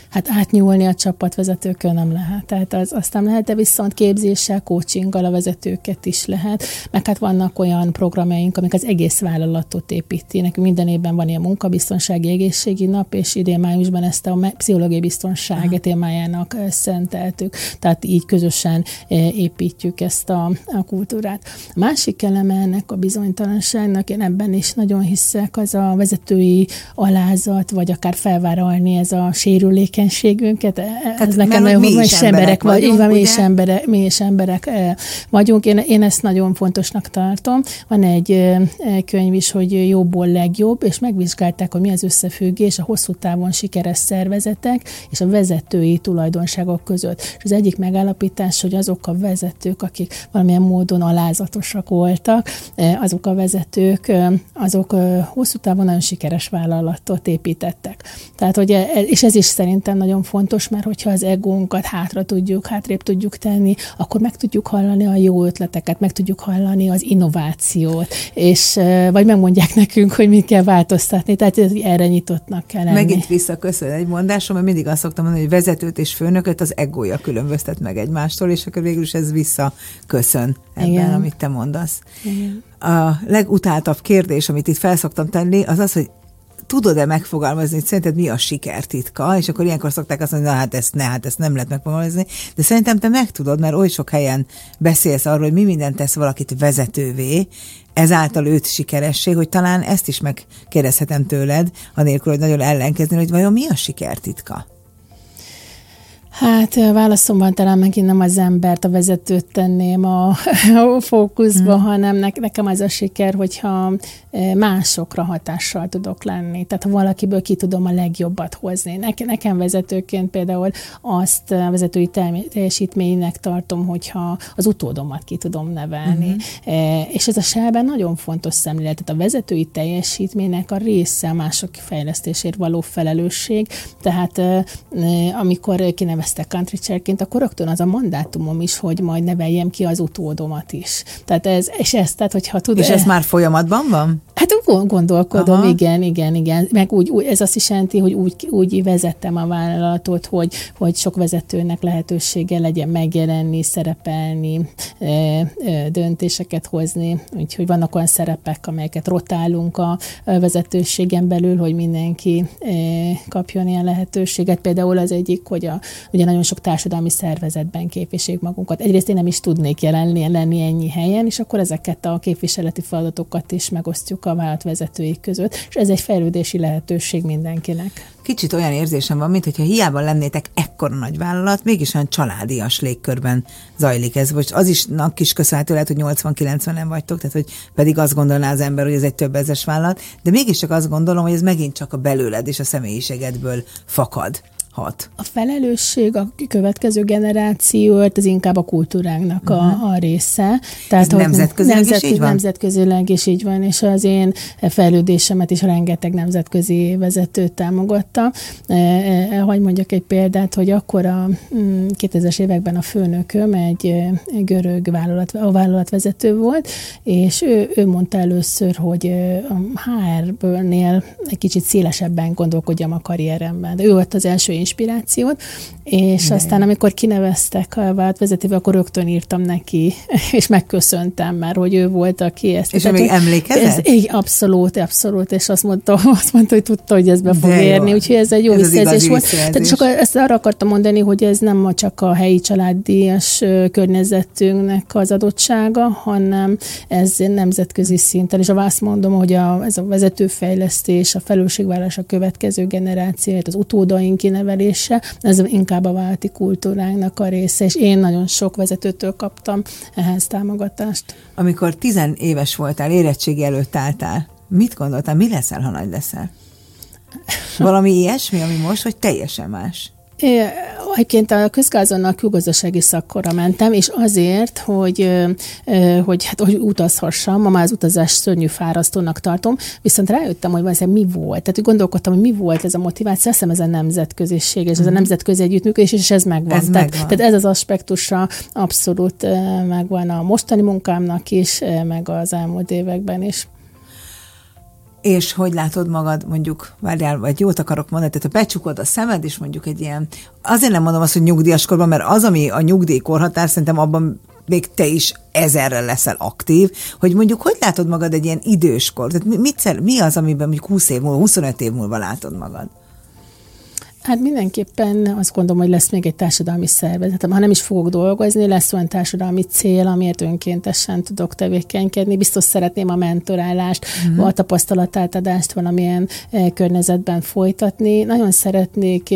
Hát átnyúlni a csapatvezetőkön nem lehet. Tehát az, azt nem lehet, de viszont képzéssel, coachinggal a vezetőket is lehet. Meg hát vannak olyan programjaink, amik az egész vállalatot építi. Nekünk minden évben van ilyen munkabiztonsági egészségi nap, és idén májusban ezt a pszichológiai biztonság témájának szenteltük. Tehát így közösen építjük ezt a, a kultúrát. A másik eleme ennek a bizonytalanságnak, én ebben is nagyon hiszek, az a vezetői alázat, vagy akár felvállalni ez a sérülékenységünket. Ez hát, nekem nagyon, mi is emberek vagyunk, így van, mi is emberek, mi is emberek vagyunk. Én, én ezt nagyon fontosnak tartom. Van egy könyv is, hogy jobbból legjobb, és megvizsgálták, hogy mi az összefüggés a hosszú távon sikeres szervezetek és a vezetői tulajdonságok között. És az egyik megállapítás, hogy azok a vezetők, akik valamilyen módon alázatosak voltak, azok a vezetők, azok hosszú távon nagyon sikeres vállalatot építettek. Tehát, hogy és ez is szerintem nagyon fontos, mert hogyha az egónkat hátra tudjuk, hátrébb tudjuk tenni, akkor meg tudjuk hallani a jó ötleteket, meg tudjuk hallani az innovációt, és vagy megmondják nekünk, hogy mit kell változtatni, tehát erre nyitottnak kell lenni. Megint visszaköszön egy mondásom, mert mindig azt szoktam mondani, hogy vezetőt és főnököt az egója különböztet meg egymástól, és akkor végül is ez visszaköszön ebben, igen, amit te mondasz. Igen. A legutáltabb kérdés, amit itt felszoktam tenni, az az, hogy tudod-e megfogalmazni, hogy szerinted mi a sikertitka, és akkor ilyenkor szokták azt mondani, na hát ezt, ne, hát ezt nem lehet megfogalmazni, de szerintem te meg tudod, mert oly sok helyen beszélsz arról, hogy mi mindent tesz valakit vezetővé, ezáltal őt sikeresség, hogy talán ezt is megkérdezhetem tőled, anélkül, hogy nagyon ellenkezni, hogy vajon mi a sikertitka? Hát válaszomban talán megint nem az embert, a vezetőt tenném a, a fókuszba, hmm. hanem ne, nekem az a siker, hogyha másokra hatással tudok lenni. Tehát ha valakiből ki tudom a legjobbat hozni. Nekem, nekem vezetőként például azt a vezetői teljesítménynek tartom, hogyha az utódomat ki tudom nevelni. Hmm. E, és ez a Shell-ben nagyon fontos szemlélet. Tehát a vezetői teljesítménynek a része a mások fejlesztésért való felelősség. Tehát e, amikor kineveztem country chairként, akkor rögtön az a mandátumom is, hogy majd neveljem ki az utódomat is. Tehát ez, és ez, tehát hogyha tud... És ez már folyamatban van? Hát gondolkodom, aha, igen, igen, igen. Meg úgy, úgy, ez azt is jelenti, hogy úgy, úgy vezettem a vállalatot, hogy, hogy sok vezetőnek lehetősége legyen megjelenni, szerepelni, döntéseket hozni. Úgyhogy vannak olyan szerepek, amelyeket rotálunk a vezetőségen belül, hogy mindenki kapjon ilyen lehetőséget. Például az egyik, hogy a, ugye nagyon sok társadalmi szervezetben képviseljük magunkat. Egyrészt én nem is tudnék jelenni, lenni ennyi helyen, és akkor ezeket a képviseleti feladatokat is megosztjuk a vállalatvezetői között, és ez egy fejlődési lehetőség mindenkinek. Kicsit olyan érzésem van, mintha hiába lennétek ekkora nagy vállalat, mégis olyan családias légkörben zajlik ez. Most az is is köszönhető lehet, hogy nyolcvan-kilencvenen vagytok, tehát hogy pedig azt gondolná az ember, hogy ez egy több ezres vállalat, de mégiscsak azt gondolom, hogy ez megint csak a belőled és a személyiségedből fakad. Hat. A felelősség a következő generációt, ez inkább a kultúránknak uh-huh. a, a része. Tehát, ez nemzetközileg nemzet, is így van? Nemzetközileg is így van, és az én fejlődésemet is rengeteg nemzetközi vezető támogatta. E, hogy mondjak egy példát, hogy akkor a kétezres években a főnököm egy görög vállalat, a vállalatvezető volt, és ő, ő mondta először, hogy a há er-nél egy kicsit szélesebben gondolkodjam a karrieremben. De ő volt az első inspirációt, és de aztán amikor kineveztek a vállalatvezetővel, akkor rögtön írtam neki, és megköszöntem már, hogy ő volt, aki ezt... És ő még emlékezett? Ez, abszolút, abszolút, és azt mondta, azt mondta, hogy tudta, hogy ez be fog de érni, jó. Úgyhogy ez egy jó ez visszajelzés volt. Tehát csak ezt arra akartam mondani, hogy ez nem csak a helyi családdíjas környezetünknek az adottsága, hanem ez nemzetközi szinten, és azt mondom, hogy a, ez a vezetőfejlesztés, a felelősségvállalás a következő generációt, az utódaink kinevelése, ez inkább a vállalati kultúránknak a része, és én nagyon sok vezetőtől kaptam ehhez támogatást. Amikor tizenéves voltál, érettségi előtt álltál, mit gondoltál, mi leszel, ha nagy leszel? Valami ilyesmi, ami most, vagy teljesen más? Egyébként a közgázonnal külgazdasági szakkora mentem, és azért, hogy, hogy, hát, hogy utazhassam, ma már az utazás szörnyű fárasztónak tartom, viszont rájöttem, hogy ez mi volt. Tehát gondolkodtam, hogy mi volt ez a motiváció, azt hiszem ez a nemzetköziség, és ez a nemzetközi együttműködés, és ez megvan. Ez tehát, megvan. tehát ez az aspektusa abszolút megvan a mostani munkámnak is, meg az elmúlt években is. És hogy látod magad, mondjuk, várjál, vagy jót akarok mondani, tehát ha becsukod a szemed, és mondjuk egy ilyen, azért nem mondom azt, hogy nyugdíjas korban, mert az, ami a nyugdíjkorhatár, szerintem abban még te is ezerrel leszel aktív, hogy mondjuk hogy látod magad egy ilyen időskor? Tehát mit, mi az, amiben mondjuk húsz év múlva, huszonöt év múlva látod magad? Hát mindenképpen azt gondolom, hogy lesz még egy társadalmi szervezet. Ha nem is fogok dolgozni, lesz olyan társadalmi cél, amiért önkéntesen tudok tevékenykedni. Biztos szeretném a mentorálást, mm-hmm. a tapasztalatátadást valamilyen környezetben folytatni. Nagyon szeretnék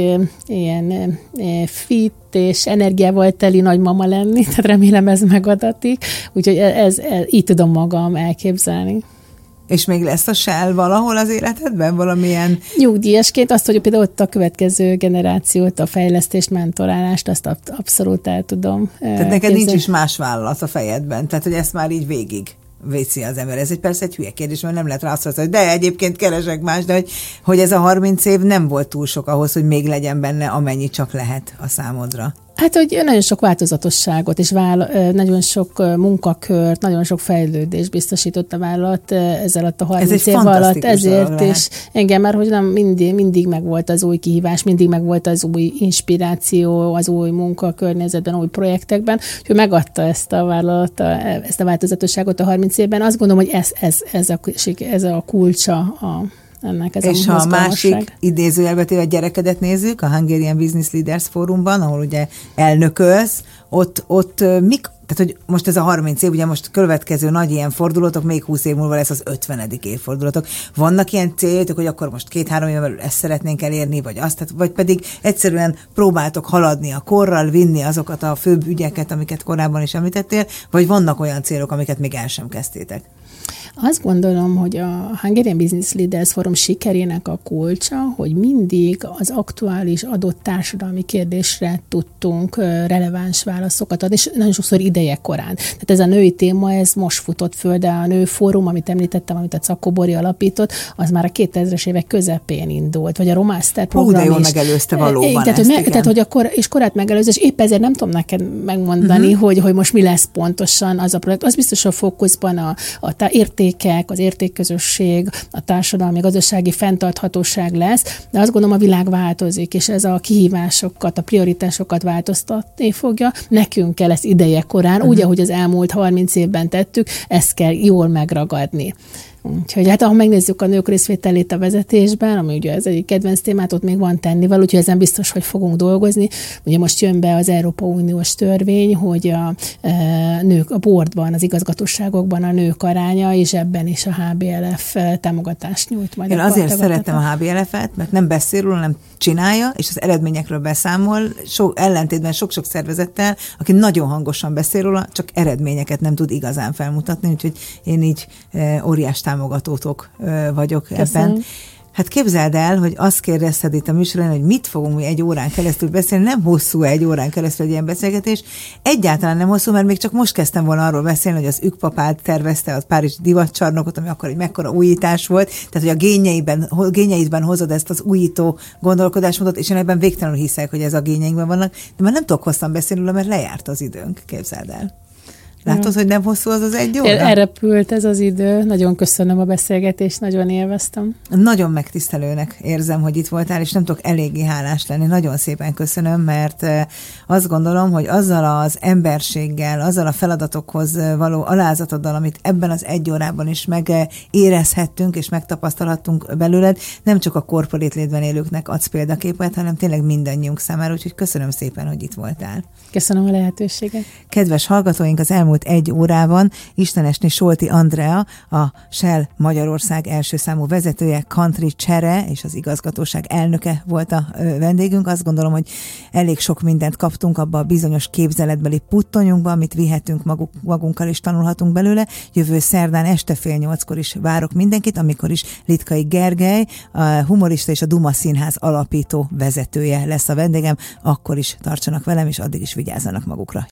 ilyen fit és energiával teli nagymama lenni, tehát remélem ez megadatik. Úgyhogy ez, ez, így tudom magam elképzelni. És még lesz a Shell valahol az életedben? Valamilyen... Nyugdíjasként azt, hogy például ott a következő generációt, a fejlesztést, mentorálást, azt abszolút el tudom Tehát neked képzelni. Nincs is más vállalat a fejedben, tehát hogy ezt már így végig végzi az ember. Ez egy persze egy hülye kérdés, mert nem lehet rá azt mondani, hogy de egyébként keresek más, de hogy, hogy ez a harminc év nem volt túl sok ahhoz, hogy még legyen benne, amennyi csak lehet a számodra. Hát, hogy nagyon sok változatosságot, és vála, nagyon sok munkakört, nagyon sok fejlődést biztosított a vállalat ez alatt a harminc év alatt. Ezért, és engem már, hogy nem mindig, mindig megvolt az új kihívás, mindig megvolt az új inspiráció, az új munkakörnyezetben, új projektekben, hogy megadta ezt a vállalat, ezt a változatosságot a harminc évben. Azt gondolom, hogy ez, ez, ez, a, ez a kulcsa a ennek ez és a ha a másik idézőjelbe a gyerekedet nézzük, a Hungarian Business Leaders Fórumban, ahol ugye elnökölsz, ott, ott mik, tehát hogy most ez a harminc év, ugye most következő nagy ilyen fordulatok, még húsz év múlva lesz az ötvenedik évfordulatok. Vannak ilyen céljatok, hogy akkor most két-három év belül ezt szeretnénk elérni, vagy azt, tehát, vagy pedig egyszerűen próbáltok haladni a korral, vinni azokat a főbb ügyeket, amiket korábban is említettél, vagy vannak olyan célok, amiket még el sem kezdtétek? Azt gondolom, hogy a Hungarian Business Leaders Forum sikerének a kulcsa, hogy mindig az aktuális adott társadalmi kérdésre tudtunk releváns válaszokat adni, és nagyon sokszor ideje korán. Tehát ez a női téma, ez most futott föl, de a nő fórum, amit említettem, amit a Czakó Bori alapított, az már a kétezres évek közepén indult, vagy a Romaster program Hú, de jól is. megelőzte valóban tehát, ezt, hogy me, igen. tehát, hogy akkor, és korát megelőző, és épp ezért nem tudom neked megmondani, uh-huh. hogy, hogy most mi lesz pontosan az a projekt. Az biztos a fókuszban a, a értékek, az értékközösség, a társadalmi, gazdasági fenntarthatóság lesz, de azt gondolom, a világ változik, és ez a kihívásokat, a prioritásokat változtatni fogja. Nekünk kell ezt ideje korán, uh-huh. úgy, ahogy az elmúlt harminc évben tettük, ezt kell jól megragadni. Úgyhogy hát, ha megnézzük a nők részvételét a vezetésben, ami ugye ez egy kedvenc témát, ott még van tennivel, úgyhogy ezen biztos, hogy fogunk dolgozni. Ugye most jön be az Európai Uniós törvény, hogy a e, nők a boardban, az igazgatóságokban a nők aránya, és ebben is a há bé el ef támogatást nyújt majd. Én azért szeretem a há bé el ef-et, mert nem beszél róla, hanem csinálja, és az eredményekről beszámol, sok, ellentétben sok-sok szervezettel, aki nagyon hangosan beszél róla, csak eredményeket nem tud igazán felmutatni, úgyhogy én így e, óriás támogatótok vagyok Köszönöm. Ebben. Hát képzeld el, hogy azt kérdezted itt a műsorán, hogy mit fogunk mi egy órán keresztül beszélni, nem hosszú egy órán keresztül egy ilyen beszélgetés. Egyáltalán nem hosszú, mert még csak most kezdtem volna arról beszélni, hogy az ükpapád tervezte a párizsi divatcsarnokot, ami akkor egy mekkora újítás volt, tehát hogy a génjeidben, génjeidben hozod ezt az újító gondolkodásmódot, és én ebben végtelenül hiszek, hogy ez a génjeinkben vannak, de már nem tudok hosszan beszélni, mert lejárt az időnk, képzeld el. Látod, hogy nem hosszú az az egy óra? Elrepült ez az idő. Nagyon köszönöm a beszélgetést, nagyon élveztem. Nagyon megtisztelőnek érzem, hogy itt voltál, és nem tudok eléggé hálás lenni. Nagyon szépen köszönöm, mert azt gondolom, hogy azzal az emberséggel, azzal a feladatokhoz való alázatoddal, amit ebben az egy órában is megérezhettünk és megtapasztalhattunk belőled, nem csak a korporét létben élőknek adsz példaképet, hanem tényleg mindannyiunk számára, úgyhogy köszönöm szépen, hogy itt voltál. Köszönöm a lehetőséget. Kedves hallgatóink, az elmúlt egy órában Istenesné Solti Andrea, a Shell Magyarország első számú vezetője, country csere és az igazgatóság elnöke volt a vendégünk. Azt gondolom, hogy elég sok mindent kaptunk abba a bizonyos képzeletbeli puttonyunkba, amit vihetünk maguk, magunkkal és tanulhatunk belőle. Jövő szerdán este fél nyolckor is várok mindenkit, amikor is Litkai Gergely, a humorista és a Duma Színház alapító vezetője lesz a vendégem. Akkor is tartsanak velem, és addig is vigyázzanak magukra.